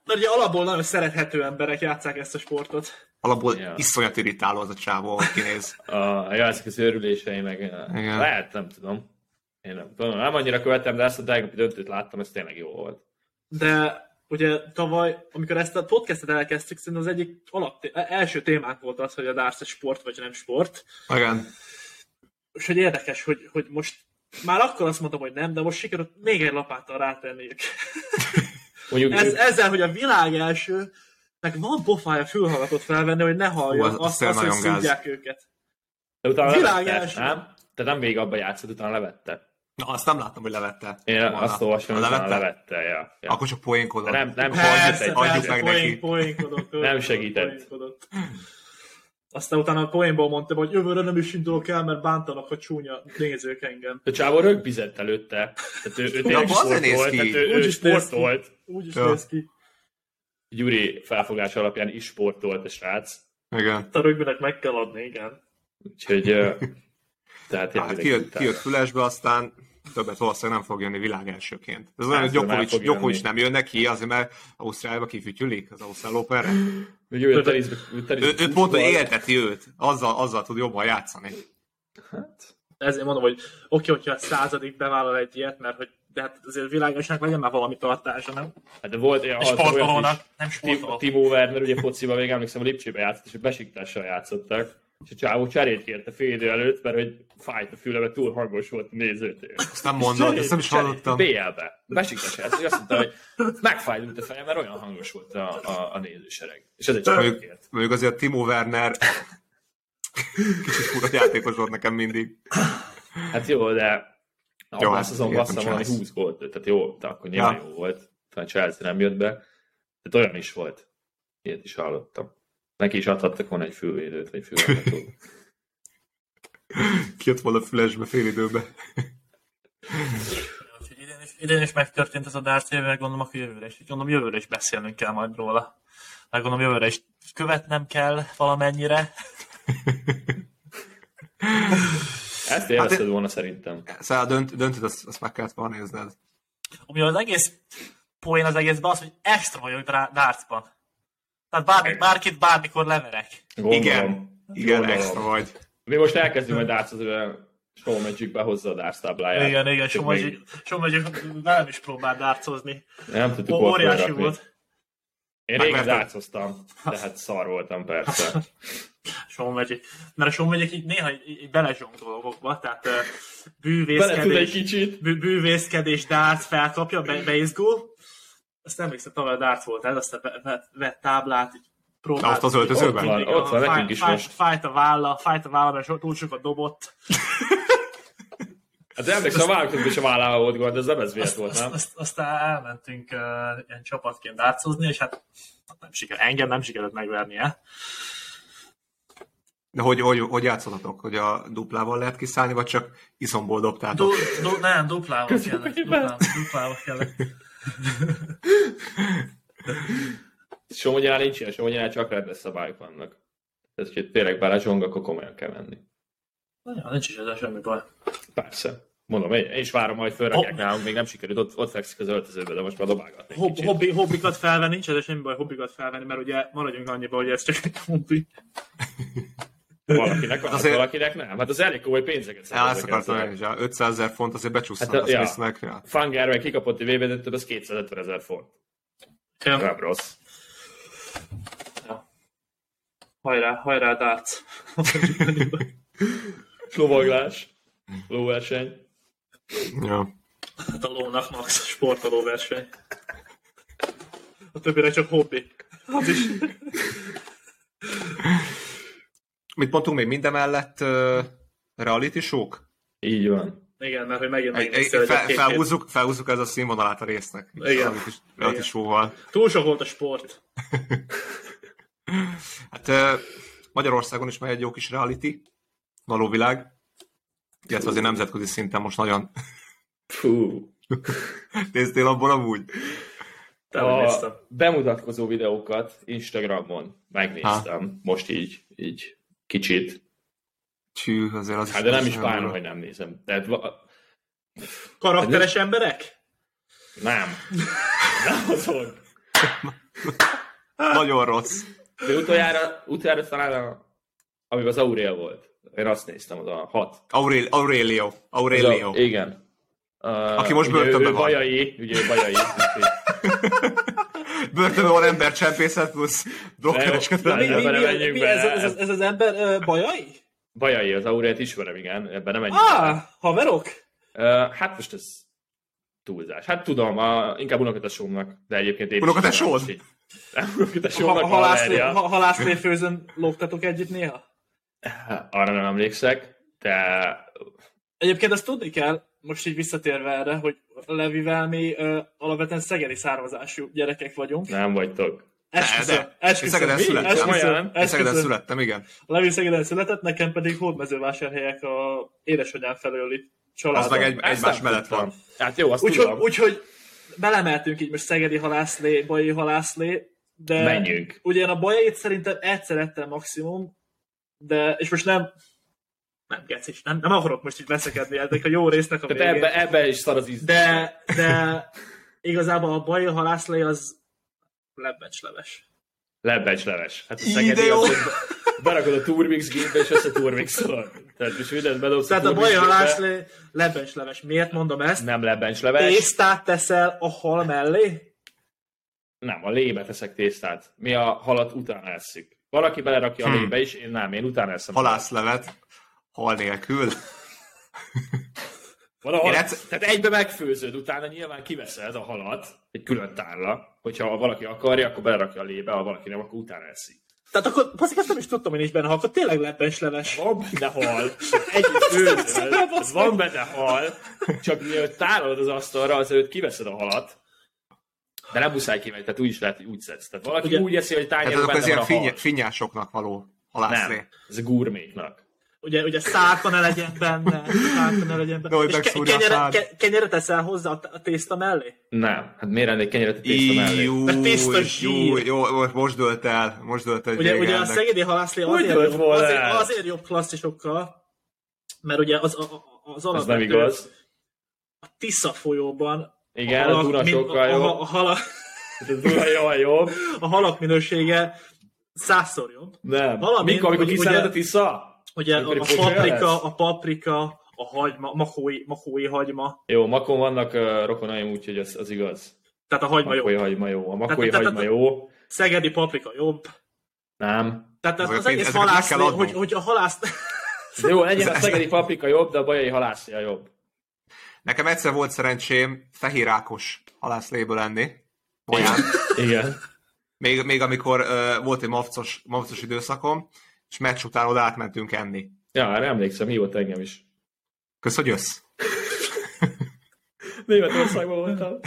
Mert ugye alapból nagyon szerethető emberek játsszák ezt a sportot. Alapból Ja. iszonyat irritáló az a csávó, ahogy kinéz. A, ja, ezek az őrülései, meg Igen. lehet, nem tudom. Én nem tudom, nem annyira követem, de ezt a tegnapi döntőt láttam, ez tényleg jó volt. De ugye tavaly, amikor ezt a podcastet elkezdtük, szerintem az egyik alap, első témánk volt az, hogy a darts egy sport, vagy nem sport. Igen. És hogy érdekes, hogy, hogy most már akkor azt mondtam, hogy nem, de most sikerült még egy lapáttal rátenniük. Mondjuk, Ez, ezzel, hogy a világ első, meg van pofája fülhallgatót felvenni, hogy ne halljon Hú, az azt, tényleg azt, hogy nagyon gáz. szúrják őket. de utána világ levette, első. nem? Tehát nem végig abba játszott, utána levette. Na, azt nem láttam, hogy levette. Én volna. azt olvastam, hogy utána levette? levette, ja. ja. Akkor csak poénkodott. De nem, nem Persze, segített. adjuk persze, meg poén, neki. poénkodott. Nem segített. Poénkodott. Aztán utána a poénból mondtam, hogy jövőre nem is indulok el, mert bántanak a csúnya nézők engem. A csávó rögbizett előtte. Tehát ő, ő tényleg abban azért néz sportolt, ki. tehát ő, ő Úgy is néz ki. sportolt. Úgy is Ja. néz ki. Gyuri felfogás alapján is sportolt a srác. Igen. A rögbinek meg kell adni, igen. Úgyhogy ö, tehát Hát tényleg kijött, utána. kijött Fülesbe, aztán többet valószínűleg nem fog jönni világ elsőként. Ez olyan, hogy Persze, nem Djokovic, fog Djokovic jönni. nem jön neki, azért mert Ausztráliába kifütyülik az Ausztrál Openre. Hogy ő a teniszbe, ő teniszbe Ő, őt mondta, hogy volt. élteti őt. Azzal, azzal tud jobban játszani. Hát, Ezért mondom, hogy oké, hogyha a századik bevállal egy ilyet, mert hogy de hát azért világosnak legyen már valami tartása, nem? hát de volt olyan, És hallottam olyat sportolónak, is. nem Tim- sportoló. Timo Werner ugye fociban még emlékszem, a Lipcsébe játszott, és a Besiktással játszottak. És a csávó cserét kérte fél idő előtt, mert hogy fájt a füle, mert túl hangos volt a nézőtől. Azt nem mondod, ezt nem is hallottam. bé el-be. Besiktas játszott, és azt mondta, hogy megfájdult a fejem, mert olyan hangos volt a, a, a nézősereg. És ezért csak Mondjuk, kért. mondjuk azért Timo Werner kicsit fura játékos volt nekem mindig. Hát jó, de Jó, abban hát a szezonban értem, azt hiszem valami Chelsea. húsz gólt lőtt, tehát jó, de akkor nyilván Ja. jó volt. Talán Chelsea nem jött be. Tehát olyan is volt. Ilyet is hallottam. Neki is adhattak volna egy fülvédőt, vagy fülhallgatót. Kijött volna Fülesbe fél időbe. Úgyhogy idén is, idén is megtörtént ez a darts, jövőre gondolom, akkor jövőre is. Gondolom jövőre is beszélnünk kell majd róla. Meg gondolom jövőre is követnem kell valamennyire. Ezt élvezted Hát, volna szerintem. Szóval a dönt, döntőt, azt, azt meg kellett volna nézned. Ami az egész poén az egészben az, hogy extra vagyok rá- dartsban. Tehát bármi, bárkit bármikor leverek. Gondolom. Igen. Igen, Gondolom. extra vagy. Mi most elkezdünk majd dartsozni, a Show Magic behozza a darts tábláját. Igen, igen, Csak még Somogyi velem is próbált dartsozni. Nem tudtuk Ó- ott Óriási felrakni. volt. Én régen Megverted? dartsoztam, de hát szar voltam persze. Somogyi. Mert a Somogyi így néha így, így belezsong dolgokba, tehát uh, Bele tud egy bűvészkedés, kicsit. bű, bűvészkedés, darts felkapja, be, beizgul. Azt emlékszem, tavaly a darts volt ez, aztán vett, vett, vett táblát, így próbált. Azt az öltözőben? Ott mindig Ott a van, nekünk fáj- is fáj- most. Fájt a válla, fájt a válla, mert so- túl sokat dobott. Hát emlékszem, a válogatott is a vállával volt gond, de ez nem ez miért Azt, volt, azt, nem? azt, aztán elmentünk uh, ilyen csapatként dartsozni, és hát nem siker, engem nem sikerült megvernie. De hogy, hogy, hogy játszottatok? Hogy a duplával lehet kiszállni, vagy csak iszomból dobtátok? Du, du, nem, duplával kellett. Duplával, duplával kellett. Somogyánál nincs ilyen, Somogyánál csak rendes szabályok vannak. Ez, hogy tényleg bár a zsong, akkor komolyan kell venni. Ja, nincs is ezzel semmi baj. Persze. Mondom, én, én is várom, majd fölrakják nálunk, még nem sikerült, ott, ott fekszik az öltözőbe, de most már dobálgatni egy Hob, kicsit. hobbi, hobbikat felvenni, nincs ezzel semmi baj hobbikat felvenni, mert ugye maradjunk annyiba, hogy ez csak egy hobbi. Valakinek van, Azért- valakinek nem. Hát az elég komoly pénzeket Ja, ezt szereznek akartam én ezzel. is. ötszázezer font azért becsúsznak Hát, a ja. Smithnek. Ja. Fanger meg kikapott a vé bé döntőt, az kétszázötven ezer font. Ja. Nem rossz. Ja. Hajrá, hajrá, darts. Lovaglás. Lóverseny. Ja. Hát a lónak max sportoló verseny. A többire csak hobbi. Az is. Mit mondtunk még mindemellett uh, reality show-k? Így van. Igen, mert hogy megint Egy- megint egy- összeadjuk fel, két felhúzzuk, felhúzzuk ez a színvonalát a résznek. Igen. Reality, reality Igen. show-val. hét. Túl sok volt a sport. Hát uh, Magyarországon is megy egy jó kis reality, való világ. Illetve azért nemzetközi szinten most nagyon Fú. néztél abból amúgy. Te hogy A néztem. bemutatkozó videókat Instagramon megnéztem. Most így, így kicsit. Csű, azért az Hát de nem az is bánom, durva. hogy nem nézem. Tehát, va- Karakteres emberek? nem. Nem azok. Nagyon rossz. De utoljára, utoljára talán a, amiben az Aurél volt. Én azt néztem, az a hat. Aurel, Aurelio. Aurelio. A, igen. Uh, Aki most börtönben van. Bajai, ugye ő Bajai. Börtönben van embercsempészet plusz drogkereskedelem. Mi, mi, mi, menjünk mi, bele. ez, ez, ez, ez az ember uh, Bajai? Bajai, az Aurélt ismerem, igen. Ebben nem menjünk Ah, bele. haverok? Uh, hát most ez túlzás. Hát tudom, a, inkább unokatesómnak, de egyébként én Unokatesód? is. Unokatesómnak Ha, halászlé, ha, halászléfőzön lógtatok együtt néha? Arra nem emlékszek, de Egyébként azt tudni kell, most így visszatérve erre, hogy Levivel mi ö, alapvetően szegedi származású gyerekek vagyunk. nem vagytok. Esküszöm, De, esküszöm, Szegeden mi? születtem. Esküszöm, Olyan? Én Szegeden esküszöm. születtem, igen. A Levi Szegeden született, nekem pedig Hódmezővásárhelyek a édesanyám felőli családom. Az meg egy, Ezt egymás nem mellett tudtam. van. Hát jó, azt Úgyhogy, tudom. úgyhogy belemeltünk így most szegedi halászlé, bajai halászlé, de Menjünk. ugyan a bajait szerintem egyszer ettem maximum, de, és most nem, nem gecis, nem, nem akarok most így veszekedni ennek a jó résznek a Tehát végén. ebbe, ebbe is szar az íz. De, de igazából a bajai halászlé az lebbecsleves. Lebbecsleves. Hát a Ide szegedi jó. az, hogy berakod a Turmix gépbe, és össze Turmixolod. Tehát most mindent bedobsz Tehát a Turmix bajai gépbe. halászlé lebbecsleves. Miért mondom ezt? Nem lebbencsleves. Tésztát teszel a hal mellé? Nem, a lébe teszek tésztát. Mi a halat utána eszük. Valaki belerakja a Hmm. lébe is, én nem, én utána eszem. Halászlevet, hal nélkül. Valahol, Én egyszer- tehát egybe megfőzöd, utána nyilván kiveszed a halat egy külön tárla, hogyha valaki akarja, akkor belerakja a lébe, ha valaki nem, akkor utána eszik. Tehát akkor, baszik, ezt nem is tudtam, hogy nincs benne, ha akkor tényleg lebbecsleves. Van benne hal, együtt főzöd, van benne hal, csak mielőtt tárolod az asztalra, azelőtt kiveszed a halat, de nem muszáj kivenni, tehát úgy is lehet, hogy úgy szedsz. Tehát valaki Ugye- úgy eszi, hogy Hát tányérban azok az benne ilyen van a hal. finny- finnyásoknak való halászlé. Nem, ez a gurméknak. Ugye, ugye szárka ne legyen benne, szárka ne legyen benne. Nehogy És ke- megszúrja a kenyere, szád. ke- kenyeret teszel hozzá a, t- a tészta mellé? Nem, hát miért ennék kenyeret a tészta mellé? Jó, Mert tiszta zsír. jó, jó, most dölt el, most dölt el. Ugye, vége ugye a ennek. szegedi halászlé Hogy azért, dölt jobb, volna azért, el? azért jobb klasszisokkal, mert ugye az, a- a- az Ez nem alapvető igaz. a Tisza folyóban Igen, a Duna min- sokkal a, jobb. a, a, halak, A Duna jól jobb. a halak minősége százszor jobb. Nem. Valamint, Mikor, amikor ugye- kiszállod ugye- a Tisza? Ugye a, Amikor a egy pocsér paprika, lesz? a paprika, a hagyma, makói, makói hagyma, Jó, makon vannak uh, rokonaim, úgyhogy az, az igaz. tehát a hagyma Makói jó. hagyma jó. A makói Tehát- hagyma tehát- jó. Szegedi paprika jobb. Nem. Tehát az, Ezeket az egész ezeket meg halászlé, kell adnunk. hogy, hogy a halász... De jó, legyen a szegedi paprika jobb, de a bajai halászja jobb. Nekem egyszer volt szerencsém fehérákos halászléből lenni. Olyan. Igen. Még, még amikor uh, volt egy mavcos, mavcos időszakom, és meccs után oda átmentünk enni. Ja, erre emlékszem, hívott engem is. Kösz, hogy jössz. Németországban voltam.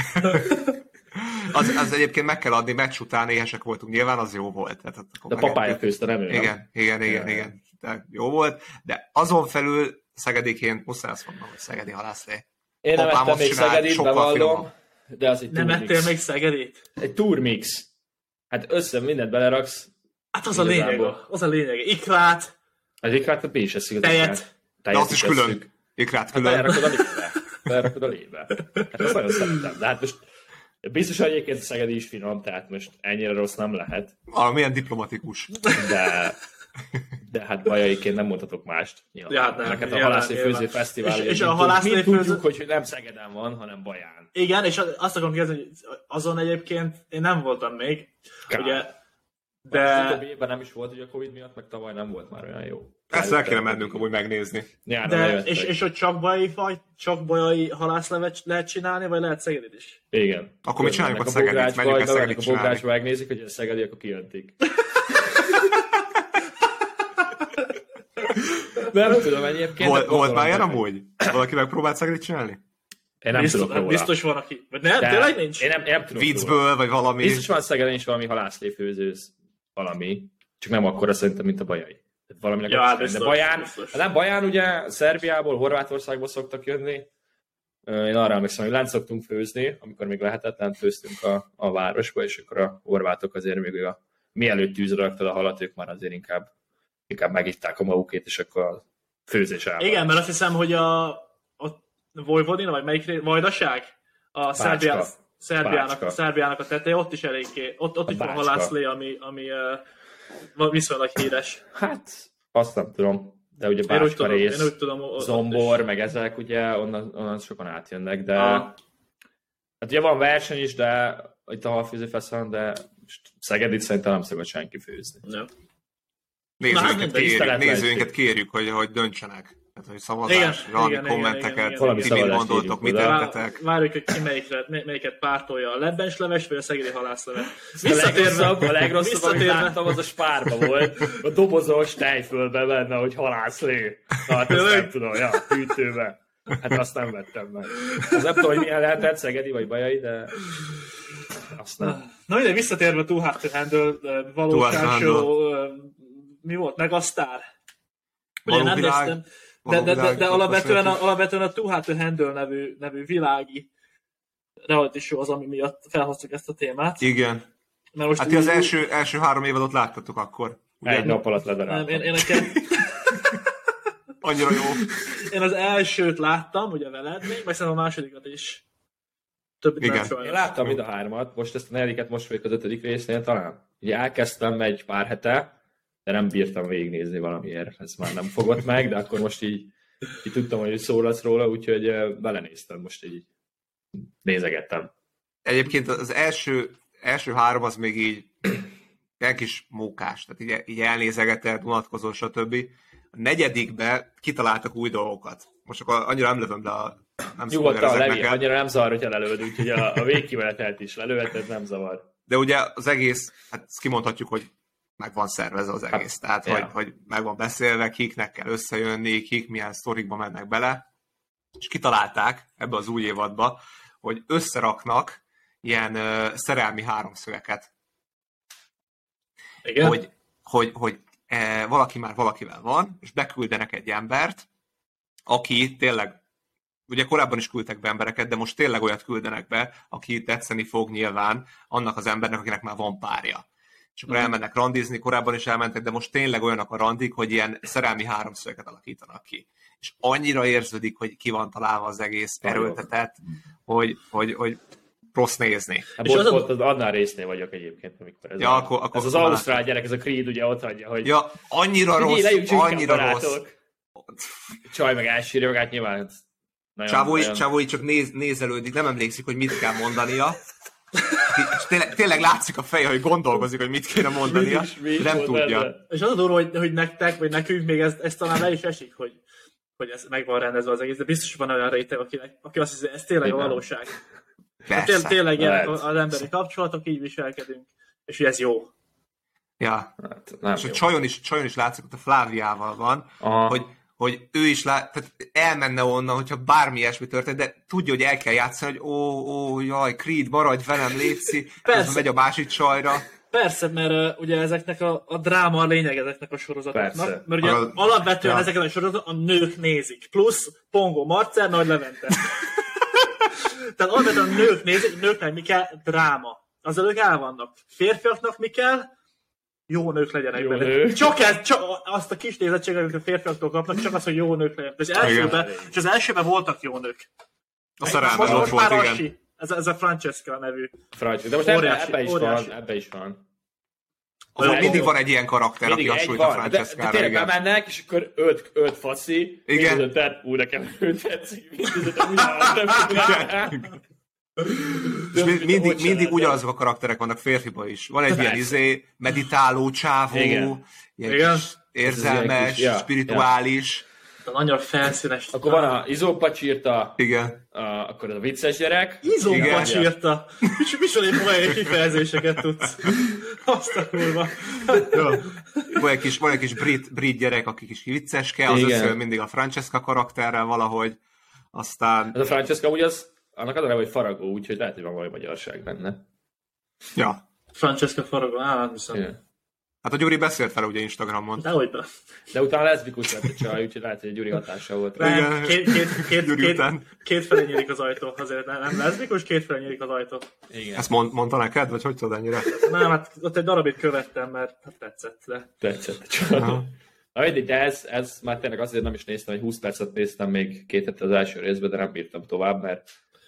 Az, az egyébként meg kell adni, meccs után éhesek voltunk, nyilván az jó volt. Tehát akkor De megettük. papája főzte, nem ő, nem? Igen, igen, igen, Ja. igen. De jó volt, de azon felül szegediként muszáj azt mondom, hogy szegedi halászlé. Én nem Apám ettem azt még csinál, Szegedit, sokkal bevallom, finomabb. de az egy Nem turmix. ettél még Szegedit? Egy turmix. Hát össze mindent beleraksz. Hát az a lényeg, Igazából. az a lényeg. Ikrát, Az ikrát, a mi is eszik az tejet. ikrát. De Tejet azt is eszük. külön. Ikrát Hát külön. belerakod a lébe. Belerakod a lébe. Hát azt nagyon szeretem. De hát most biztos, hogy egyébként a szegedi is finom, tehát most ennyire rossz nem lehet. Ah, milyen diplomatikus. De, de hát bajaiként nem mondhatok mást. Nyilván. Ja, hát nem, Neked a nyilván, halászlé nyilván. főző fesztivál. És- ugye, és a mint halászlé mind főző- tudjuk, hogy nem Szegeden van, hanem Baján. Igen, és azt akarom kérdezni, hogy azon egyébként én nem voltam még, Kár. ugye, De... Az de, utóbbi évben nem is volt, ugye a Covid miatt, meg tavaly nem volt már olyan jó. Ezt el kéne mennünk amúgy megnézni. Nyáron de lejöttek. és, és hogy csak bajai faj, csak bajai halászlevet lehet csinálni, vagy lehet Szegedit is? Igen. Akkor mit csináljuk Mennek a Szegedit? bográcsba, Menjünk el bemennek Szegedit a csinálni. bográcsba, megnézik, hogy ez Szegedi, akkor kijöntik. Nem tudom egyébként. Volt, de volt gondolom, már ilyen hogy- amúgy? Valaki megpróbált Szegedit csinálni? Én nem biztos, tudok róla. biztos van, aki... Vagy nem, De tényleg nincs? Én nem, én nem tudom róla. Viccből, vagy valami? Biztos van Szegeden is valami halászléfőzőz valami, csak nem akkora szerintem, mint a Bajai. Tehát valaminek Ja, a- hát de biztos, Baján, biztos. hát nem Baján ugye Szerbiából, Horvátországból szoktak jönni. Ö, Én arra emlékszem, hogy lent szoktunk főzni, amikor még lehetett, lent főztünk a, a városba, és akkor a horvátok azért még a mielőtt tűzre raktad a halat, ők már azért inkább, inkább megitták a magukét, és akkor a főzés áll. Igen, mert azt hiszem, hogy a, a Vojvodina, vagy melyik ré- Vajdaság? A Szerbia, Szerbiának, Szerbiának a teteje, ott is eléggé, ott, ott A is van bácska. halászlé, ami, ami uh, viszonylag híres. Hát, azt nem tudom. De ugye Én úgy Bácska tudom, rész, én úgy tudom, ott Zombor, is. meg ezek, ugye, onnan, onnan sokan átjönnek, de... Ah. Hát ugye van verseny is, de itt a halfőző fesztiválon, de Szegedit szerintem nem szokott senki főzni. Ja. Nézőinket, mindegy, kérjük, tiszteletlenség. nézőinket kérjük, hogy, hogy döntsenek. Tehát, hogy szavazás, Igen, valami igen, kommenteket, igen, igen, Valami ti mit szavazást gondoltok, írjuk mit oda. értetek. Várjuk, hogy ki melyikre, melyiket pártolja, a lebbensleves vagy a szegedi halászleves. A legrosszabb, a legrosszabb, amit visszatérve- láttam, az a Spárba volt. A dobozos tejfölbe benne, hogy halászlé. Na, hát ezt nem tudom, ja, hűtőbe. Hát azt nem vettem meg. Az nem tudom, hogy milyen lehetett, Szegedi vagy Bajai, de azt nem. Na mindegy, visszatérve Too Hard to Handle, Too valóságshow, Hard mi volt? Megasztár? Ugye nem Valóvilág, néztem, de, de, de, de valóvilág, alapvetően, a, beszéltük. alapvetően a Too Hard to Handle nevű, nevű világi reality show az, ami miatt felhoztuk ezt a témát. Igen. Mert most Hát ti az úgy- első, első három évadot láttatok akkor. Ugye? Egy nap alatt Nem, ledaráltam. én, én, nekem, Annyira jó. én az elsőt láttam, ugye veled még, vagy szerintem a másodikat is. Többit nem Igen. sajnos. Én láttam mind a hármat, most ezt a negyediket most vagyok az ötödik résznél talán. Ugye elkezdtem egy pár hete, de nem bírtam végignézni valamiért, ez már nem fogott meg, de akkor most így, így tudtam, hogy szó lesz róla, úgyhogy eh, belenéztem, most így nézegettem. Egyébként az első, első három az még így ilyen kis mókás, tehát így, így elnézegetett, unatkozó, stb. A negyedikbe kitaláltak új dolgokat. Most akkor annyira nem lövöm le a... Nem Nyugodtan, spoilerezek Levi, neked. annyira nem zavar, hogyha lelőd, úgyhogy a, a végkimenetelt is lelőheted, nem zavar. De ugye az egész, hát ezt kimondhatjuk, hogy meg van szervezve az egész. Tehát, ja. hogy, hogy meg van beszélve, kiknek kell összejönni, kik milyen sztorikba mennek bele. És kitalálták ebbe az új évadba, hogy összeraknak ilyen uh, szerelmi háromszögeket. Igen? Hogy, hogy, hogy e, valaki már valakivel van, és beküldenek egy embert, aki tényleg, ugye korábban is küldtek be embereket, de most tényleg olyat küldenek be, aki tetszeni fog nyilván annak az embernek, akinek már van párja. És akkor Mhm. elmennek randizni, korábban is elmentek, de most tényleg olyanok a randik, hogy ilyen szerelmi háromszögeket alakítanak ki. És annyira érződik, hogy ki van találva az egész Nagyon. erőltetett, hogy, hogy, hogy rossz nézni. Hát És most, az a- ott az annál résznél vagyok egyébként, amikor ez, Ja, a, akkor- akkor ez az már ausztrál gyerek, ez a Creed ugye ott adja, hogy Ja, annyira figyelj, rossz, legyünk csüngke, annyira rossz. barátok. Csaj meg elsírja magát, nyilván nagyon, Csávói, nagyon- Csávói csak néz, nézelődik, nem emlékszik, hogy mit kell mondania. És tényleg, tényleg látszik a feje, hogy gondolkozik, hogy mit kéne mondania, Mit is- mi is nem volt tudja. benne? És az a durva, hogy, hogy nektek, vagy nekünk még ez, ez talán le is esik, hogy, hogy ez meg van rendezve az egész, de biztos van olyan réteg, akinek, aki azt hiszi, ez tényleg a Igen. valóság. Persze. Té- tényleg ilyenek lehet. az emberi kapcsolatok, így viselkedünk, és hogy ez jó. Ja. Hát, nem És a jó. csajon is, csajon is látszik, hogy a Fláviával van, Aha. hogy, hogy ő is lát, tehát elmenne onnan, hogyha bármi ilyesmi történt, de tudja, hogy el kell játszani, hogy ó, ó, jaj, Creed, maradj velem, létszi, Persze. közben megy a másik csajra. Persze, mert uh, ugye ezeknek a, a dráma a lényeg ezeknek a sorozatoknak, Persze. mert ugye A- alapvetően ja. ezeken a sorozatokon a nők nézik, plusz Pongo Marcer, Nagy Levente. Tehát alapvetően a nők nézik, nőknek mi kell? Dráma. Azzal ők el vannak. Férfiaknak mi kell? Jó nők legyenek Jó benne. nők. Csak, ez, csak azt a kis nézettséget, amit a férfiaktól kapnak, csak az, hogy jó nők legyenek. És, elsőben, Igen. és az elsőben voltak jó nők. A szerelme most, ott most volt, már igen. Assi. Ez, ez a Francesca nevű. Francia. De most ebben, Óriási, ebbe is óriási. van, ebbe is van. Azon Az mindig egy- van egy ilyen karakter, aki Mindig egy hasonlít a van. De, de Francescára, tényleg igen. bemennek, és akkor öt, öt faszi, Igen. mindazon tehát, ú, nekem ő tetszik, mindazon, nem És mi- mindig, Hogy mindig se ugyanazok a karakterek vannak férfiba is. Van egy ilyen Persze. izé, meditáló csávó, Igen. ilyen Igen. kis érzelmes, Ez az ilyen kis- ja, spirituális. Annyira felszínes. Akkor van a Izópacsírta, Igen. a, akkor az a vicces gyerek. Izomba Igen. csírta. Micsoda egy poén kifejezéseket tudsz. Azt a kurva. Van egy kis, van egy kis brit, brit gyerek, aki kis vicceske, az Igen. összejön mindig a Francesca karakterrel valahogy. Aztán, Ez a Francesca úgy az, annak az a neve, hogy faragó, úgyhogy lehet, hogy van valami magyarság benne. ja. Francesca Farrago, á, nem hiszem. Igen. Hát a Gyuri beszélt fel ugye Instagramon. Dehogy be. De utána leszbikus lett a csaj, úgyhogy lehet, hogy egy Gyuri hatása volt rá. Igen. Nem, két, két, két, Gyuri két, után. két felé nyílik az ajtó. Azért nem, nem leszbikus, két felé nyílik az ajtó. Igen, Ezt mond, mondta neked, vagy hogy tudod ennyire? Nem, hát ott egy darabig követtem, mert hát tetszett. De... tetszett a csaj. Aha. Na mindig, de ez, ez már tényleg azért nem is néztem, hogy húsz percet néztem még két hete az első részben, de nem bírtam tovább, mert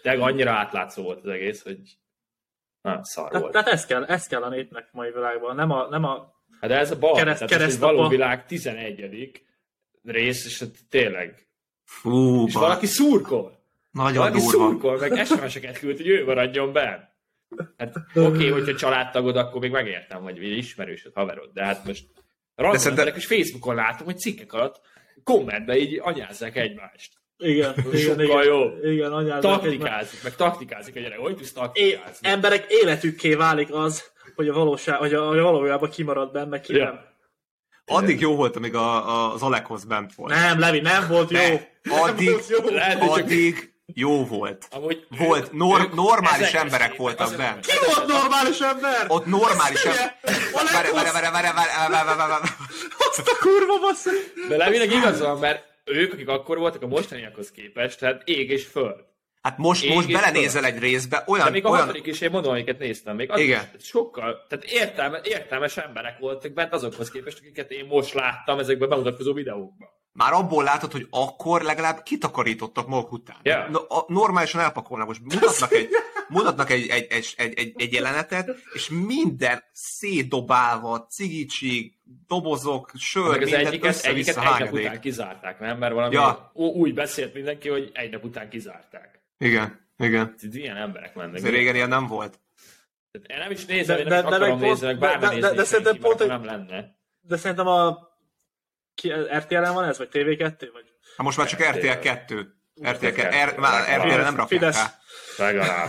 de annyira átlátszó volt az egész, hogy nagyon szar Tehát, volt. tehát ez, kell, ez kell a népnek mai világban, nem a, nem a Hát de ez a bal, kereszt, tehát ez egy keresztapa. való világ tizenegyedik rész, és hát tényleg. Fú, És valaki szurkol. nagyon Valaki durva. szurkol, meg es em es-eket küld, hogy ő maradjon be. Hát oké, okay, hogyha családtagod, akkor még megértem, hogy ismerősöd, haverod, de hát most random szerintem- emberek, és Facebookon látom, hogy cikkek alatt kommentben így anyázzák egymást. igen, igen, Sokkal igen, jobb. igen, anyázzák egymást. Taktikázik, meg taktikázik a gyerek, hogy tudsz É, taktikázni. emberek életükké válik az, hogy a valóság, hogy a, hogy a valójában kimarad benne, ki Ja. nem. Addig jó volt, amíg a, a, az Alekhoz bent volt. Nem, Levi, nem volt jó. De addig, Nem volt jó. Lehet, hogy csak- addig jó volt. Amúgy Volt, nor, ők- normális ezek emberek beszélnek, voltak azok- bent. Ki volt normális ember? Ott normális Azt ember... mondja, Várj, várj, Alekhoz, várj, várj, várj, várj, várj, várj. azt a kurva bassza. De Levinek igaz van, mert ők, akik akkor voltak a mostaniakhoz képest, tehát ég és föld. Hát most, Ég most és belenézel egy részbe, De olyan... még a olyan... hatodik is én mondom, amiket néztem, még az Igen. is sokkal, tehát értelme, értelmes emberek voltak bent azokhoz képest, akiket én most láttam ezekben a bemutatkozó videókban. Már abból látod, hogy akkor legalább kitakarítottak maguk után. Ja. No, a, normálisan elpakolnak. Most mutatnak egy, mutatnak egy, egy, egy, egy, egy, egy jelenetet, és minden szétdobálva, cigicsig, dobozok, sör, Meg az mindent egyiket, egyiket össze-vissza egy nap hányadék. után kizárták, nem? Mert valami Ja. ú- úgy beszélt mindenki, hogy egy nap után kizárták. Igen, igen. Tehát ilyen emberek mennek. Ez régen ilyen nem volt. Tehát én nem is nézem, De- én nem is de- de akarom meg nézni, meg pont- bármi de- de- nézni, de szerintem senki, mert pont akkor egy- nem lenne. De szerintem a ki, er té el-en van ez, vagy té vé kettő? Vagy... Hát most már csak er té el kettő. er té el kettő. Er, már Fidesz. er té el-re nem rakják Fidesz. rá. Legalább.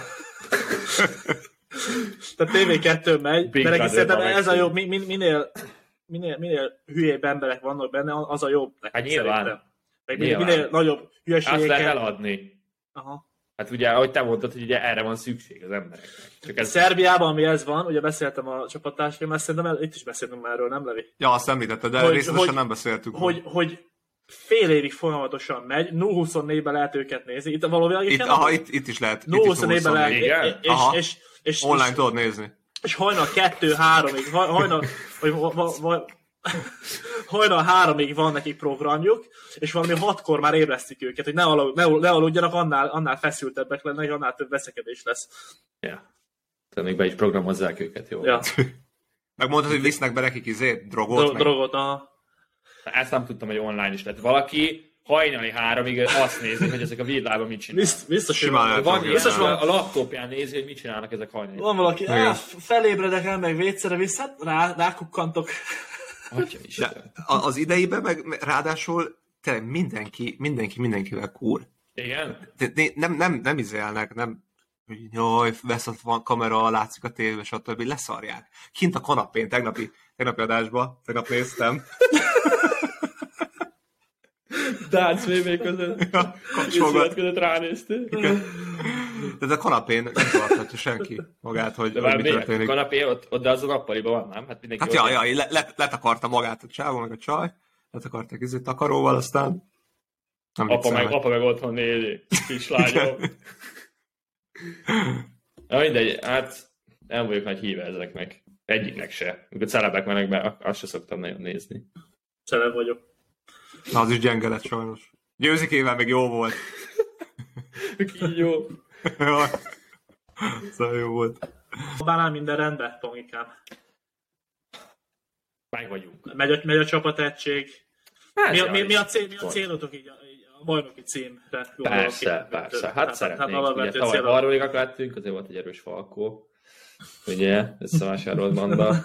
Tehát té vé kettő megy, Big de neki Brother szerintem ez a Galaxy. jó, mi- mi- minél, minél, minél hülyébb emberek vannak benne, az a jobb. neki Hát nyilván. szerintem. Meg minél, Nyilván. minél nagyobb Azt lehet hülyeségeket. eladni. Aha. Hát ugye, ahogy te mondtad, hogy ugye erre van szükség az embereknek. Csak ez Szerbiában, ami ez van, ugye beszéltem a csapattársaimmal, szerintem el, itt is beszéltünk már erről, nem Levi? Ja, azt említetted, de Hogy- részletesen hogy- nem beszéltünk. Hogy, hogy fél évig folyamatosan megy, nulla huszonnégyben lehet őket nézni. Itt valójában Itt, aha, itt, itt is lehet. Itt nulla is huszonnégyben lehet, Igen? és, Aha. és, és, és, Online és, tudod nézni. és hajnal kettő-háromig, hajnal, vagy, vagy, vagy, hajnal háromig van nekik programjuk, és valami hatkor már ébresztik őket, hogy ne, alud, ne, ne aludjanak, annál, annál feszültebbek lennek, annál több veszekedés lesz. Ja. Tehát még be is programozzák őket, jó? Ja, Megmondtad, hogy visznek be nekik izét, drogot, Dro- meg... drogot, aha. Ezt nem tudtam, hogy online is lett. Valaki hajnali háromig azt nézi, hogy ezek a világban mit csinálnak. Bizt, biztos, hogy Simán van. lehet Van, fogni. biztos Biztos van, van, a laptopján nézi, hogy mit csinálnak ezek hajnali. van valaki, Igen. á, felébredek el, meg vécére visz, hát rá, rákukkantok. Atya is. De a- az ideiben meg meg ráadásul tényleg mindenki, mindenki mindenkivel kúr. Igen? De né- nem, nem, nem izélnek, nem hogy jaj, vesz a kamera, látszik a tévé, stb. Leszarják. Kint a kanapén, tegnapi, tegnapi adásban, tegnap néztem. Dánc mémé között. Ja, Izület kapcsolgat. között ránéztél. De a kanapén nem tarthatja senki magát, hogy, De hogy már mi miért? A történik. kanapé, ott, ott de az a nappaliban van, nem? Hát mindenki Hát ott ja, van. ja, le, le, letakarta magát a csávó, meg a csaj. Letakarták izét takaróval, aztán nem Apa meg, viccelek. apa meg otthon nézi, kislányom. Na mindegy, hát nem vagyok nagy híve ezeknek. Egyiknek se. Amikor celebek mennek be, azt se szoktam nagyon nézni. Celeb vagyok. Na, az is gyenge lett sajnos. Győzikével még jó volt. Így jó. Jaj. Szóval jó volt. Bánál minden rendben, Tongikám. Meg vagyunk. Megy a, megy a csapategység. Mi, a- mi, mi, a cél, mi a Pont. célotok így a, így a bajnoki címre? Persze, persze. Hát szeretnénk. Ugye alapvető tavaly célom. harmadikak lettünk, azért volt egy erős Falkó. Ugye, összevásárolt banda.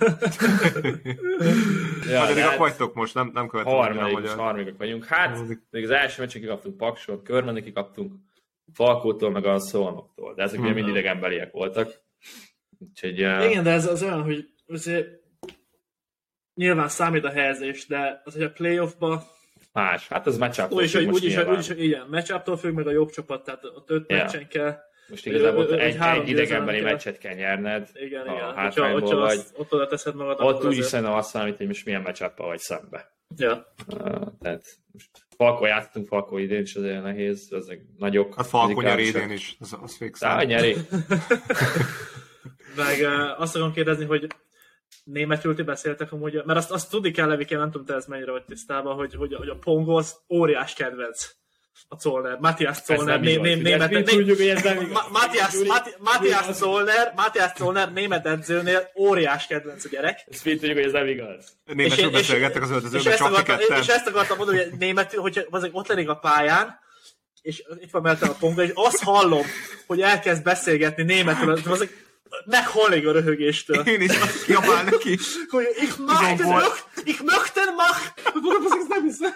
Ja, Hanyadikak de hát vagytok most, nem, nem követem annyira a harmadik, magyar. harmadikak vagyunk. Hát, Harmadik. még az első meccsen kikaptunk Paksról, Körmendel kikaptunk Falkótól, meg a Szolnoktól. De ezek ugye Hmm. mind idegenbeliek voltak. Úgyhogy... uh, Igen, de ez az olyan, hogy azért nyilván számít a helyezés, de az, hogy a playoffba Más. Hát az matchup. úgyis, hogy úgyis, úgyis, hogy igen, matchup-tól függ meg a jobb csapat, tehát ott öt Ja. meccsen kell. Most igazából Ö- ö- egy, három egy idegenbeli győzelem kell. meccset kell nyerned. Igen, ha igen. Hogyha, hátrányból hogyha vagy. azt, ott oda teszed magad, Ott akkor úgyis azért- szerintem azt számít, hogy most milyen matchup vagy szembe. Ja. Uh, tehát most Falkó játszottunk, Falkó idén is azért nehéz, ezek nagyok. Hát Falkó nyer fizikálisak. idén is, az, az fix. Á, nyeri. Meg uh, azt akarom kérdezni, hogy németül ti beszéltek amúgy, mert azt, azt tudni kell, Levikén, nem tudom, te ez mennyire vagy tisztában, hogy, hogy, hogy a Pongo az óriás kedvenc. A Zollner, Matthias Zollner, nem igaz. német, német, Mi tudjuk, hogy ez nem igaz. Ma- Matthias, Matt- Matthias Zollner, Matthias Zollner, német edzőnél óriás kedvenc a gyerek. Ezt mi tudjuk, hogy ez nem igaz. Németül beszélgettek az és, öltözőben, ezt csak ti akartam, ketten. és ezt akartam mondani, hogy németül, hogyha azért ott lennék a pályán, és itt van mellettem a Ponga, és azt hallom, hogy elkezd beszélgetni németül, azért meghalnék a röhögéstől. Én is azt kiabál neki. Hogy ich mach, Tudom, volt. ich möchte mach. Mondom, ez nem hiszem.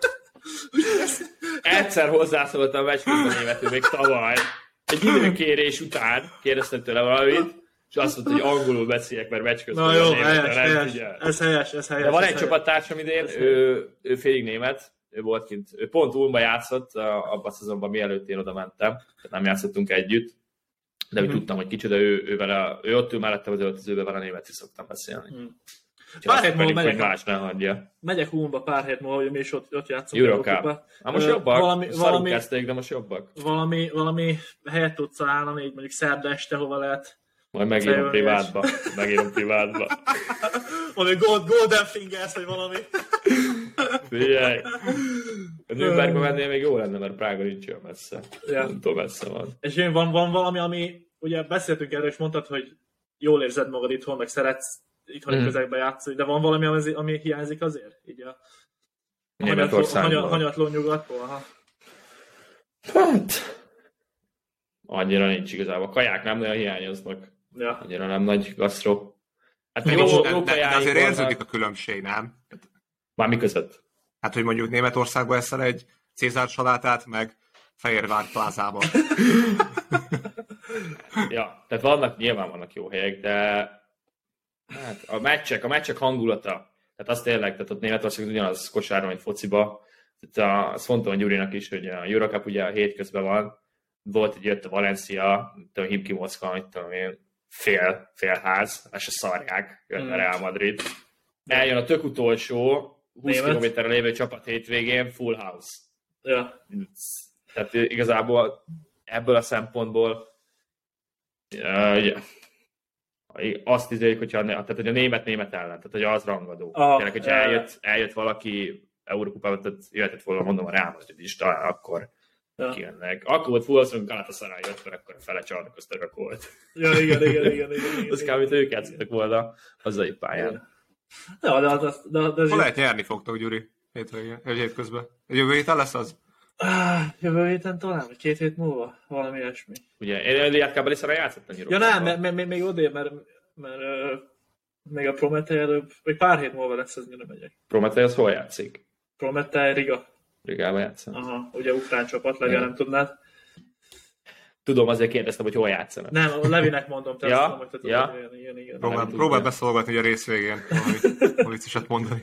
Egyszer hozzászóltam a meccs közben németül, még tavaly. Egy időkérés után kérdeztem tőle valamit, és azt mondta, hogy angolul beszéljek, mert meccs közben Na jó, németül helyes, nem helyes, tudja. ez helyes, ez helyes. De van ez egy helyes. csapattársam idén, ő, ő félig német, ő volt kint, ő pont Ulmba játszott, a- abban a szezonban mielőtt én oda mentem, tehát nem játszottunk együtt, de úgy Mhm. tudtam, hogy kicsoda, ő, ő, vele, ő ott ül mellettem az öltözőben, vele németül szoktam beszélni. Mhm. Úgyhogy Pár azt hét múlva akarjuk, hogy megyek. más ne hagyja. Megyek Ulmba pár hét múlva, hogy mi is ott, ott játszunk. Eurocup. Európában. Na most Ö, jobbak, Valami, szarul valami, kezdték, de most jobbak. valami, valami helyet tudsz állni, így mondjuk szerda este, hova lehet. Majd megírom Fejölni privátba. Megírom privátba. Valami gold, Golden Fingers, vagy valami. Figyelj! A Nürnbergbe mennél még jó lenne, mert Prága nincs olyan messze. Ja. Nem tudom, messze van. És én van, van valami, ami, ugye beszéltünk erről, és mondtad, hogy jól érzed magad itthon, meg szeretsz itthoni Mm. közegbe játszani, de van valami, ami, ami hiányzik azért? Így a Németországban. hanyatló, hanyatló nyugatból? Aha. Hát... Annyira nincs igazából. Kaják nem nagyon hiányoznak. Ja. Annyira nem nagy gasztro. Hát De, jó, de, jó de, de kajáink azért vannak. érződik a különbség, nem? Már mi között? Hát, hogy mondjuk Németországban eszel egy Cézár salátát, meg Fehérvár plázában. Ja, tehát vannak, nyilván vannak jó helyek, de hát a meccsek, a meccsek hangulata, tehát az tényleg, tehát ott Németország ugyanaz kosárban, mint fociba. Tehát a, azt mondtam a Gyurinak is, hogy a Eurocup ugye a hétközben van, volt, hogy jött a Valencia, a Himki Moszkva, mit tudom én, fél, félház, ezt se szarják, jött Mm. a Real Madrid. Eljön a tök utolsó, húsz Német. kilométerre lévő csapat hétvégén, full house. Ja. Tehát igazából ebből a szempontból uh, ugye, azt izéljük, hogyha tehát, hogy a német-német ellen, tehát hogy az rangadó. Ah, Tényleg, hogyha eh. eljött, eljött valaki Európában, tehát jöhetett volna, mondom, a Real Madrid is, talán akkor Ja. kijönnek. Akkor volt full, azt mondjuk Galatasaray jött, mert akkor a fele csarnok, az török volt. Ja, igen, igen, igen, igen, igen. Az kb. Mint ők játszottak volna hazai pályán. Ja, de, de, de, de, de Hol lehet nyerni fogtok, Gyuri? Hétvégén, egy hétközben. Jövő héten lesz az? Ah, jövő héten talán, vagy két hét múlva, valami ilyesmi. Ugye, én Eliátkában is arra játszottam. Ja nem, mert, mert, mert még odébb, mert, mert uh, még a Prometej előbb, vagy pár hét múlva lesz, az mire megyek. Prometej az hol játszik? Prometej, Riga. Rigában játszom. Aha, ugye ukrán csapat, legalább nem tudnád. Tudom, azért kérdeztem, hogy hol játszanak. Nem, a Levinek mondom, te Ja, azt mondom, hogy te ja. tudod, igen, igen, igen. Próbál, tudja. próbál beszolgatni hogy a rész végén, valami viccesat mondani.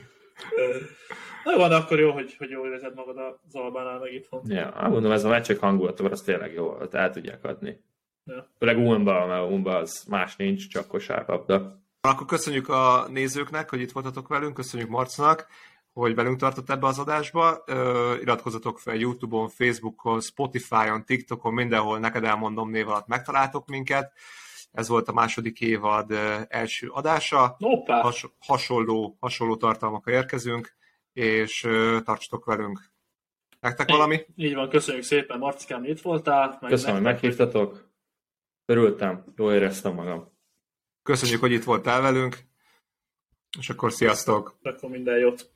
Na van, akkor jó, hogy, hogy jól érzed magad az Albánál meg itthon. Ja, hát mondom, ez a meccsek hangulata, az tényleg jó, ott el tudják adni. Ja. Főleg Ulmba, mert Ulmba az más nincs, csak kosárlabda. Akkor köszönjük a nézőknek, hogy itt voltatok velünk, köszönjük Marcnak, hogy velünk tartott ebbe az adásba. Ö, iratkozzatok fel YouTube-on, Facebookon, Spotify-on, TikTokon, mindenhol neked elmondom név alatt megtaláltok minket. Ez volt a második évad ö, első adása. Hoppá! Has, hasonló, hasonló tartalmakkal érkezünk, és ö, tartsatok velünk. Nektek valami? Így van, köszönjük szépen, Marcikám, hogy itt voltál. Meg Köszönöm, hogy nektek, meghívtatok. Örültem, jól éreztem magam. Köszönjük, hogy itt voltál velünk, és akkor sziasztok! Akkor minden jót.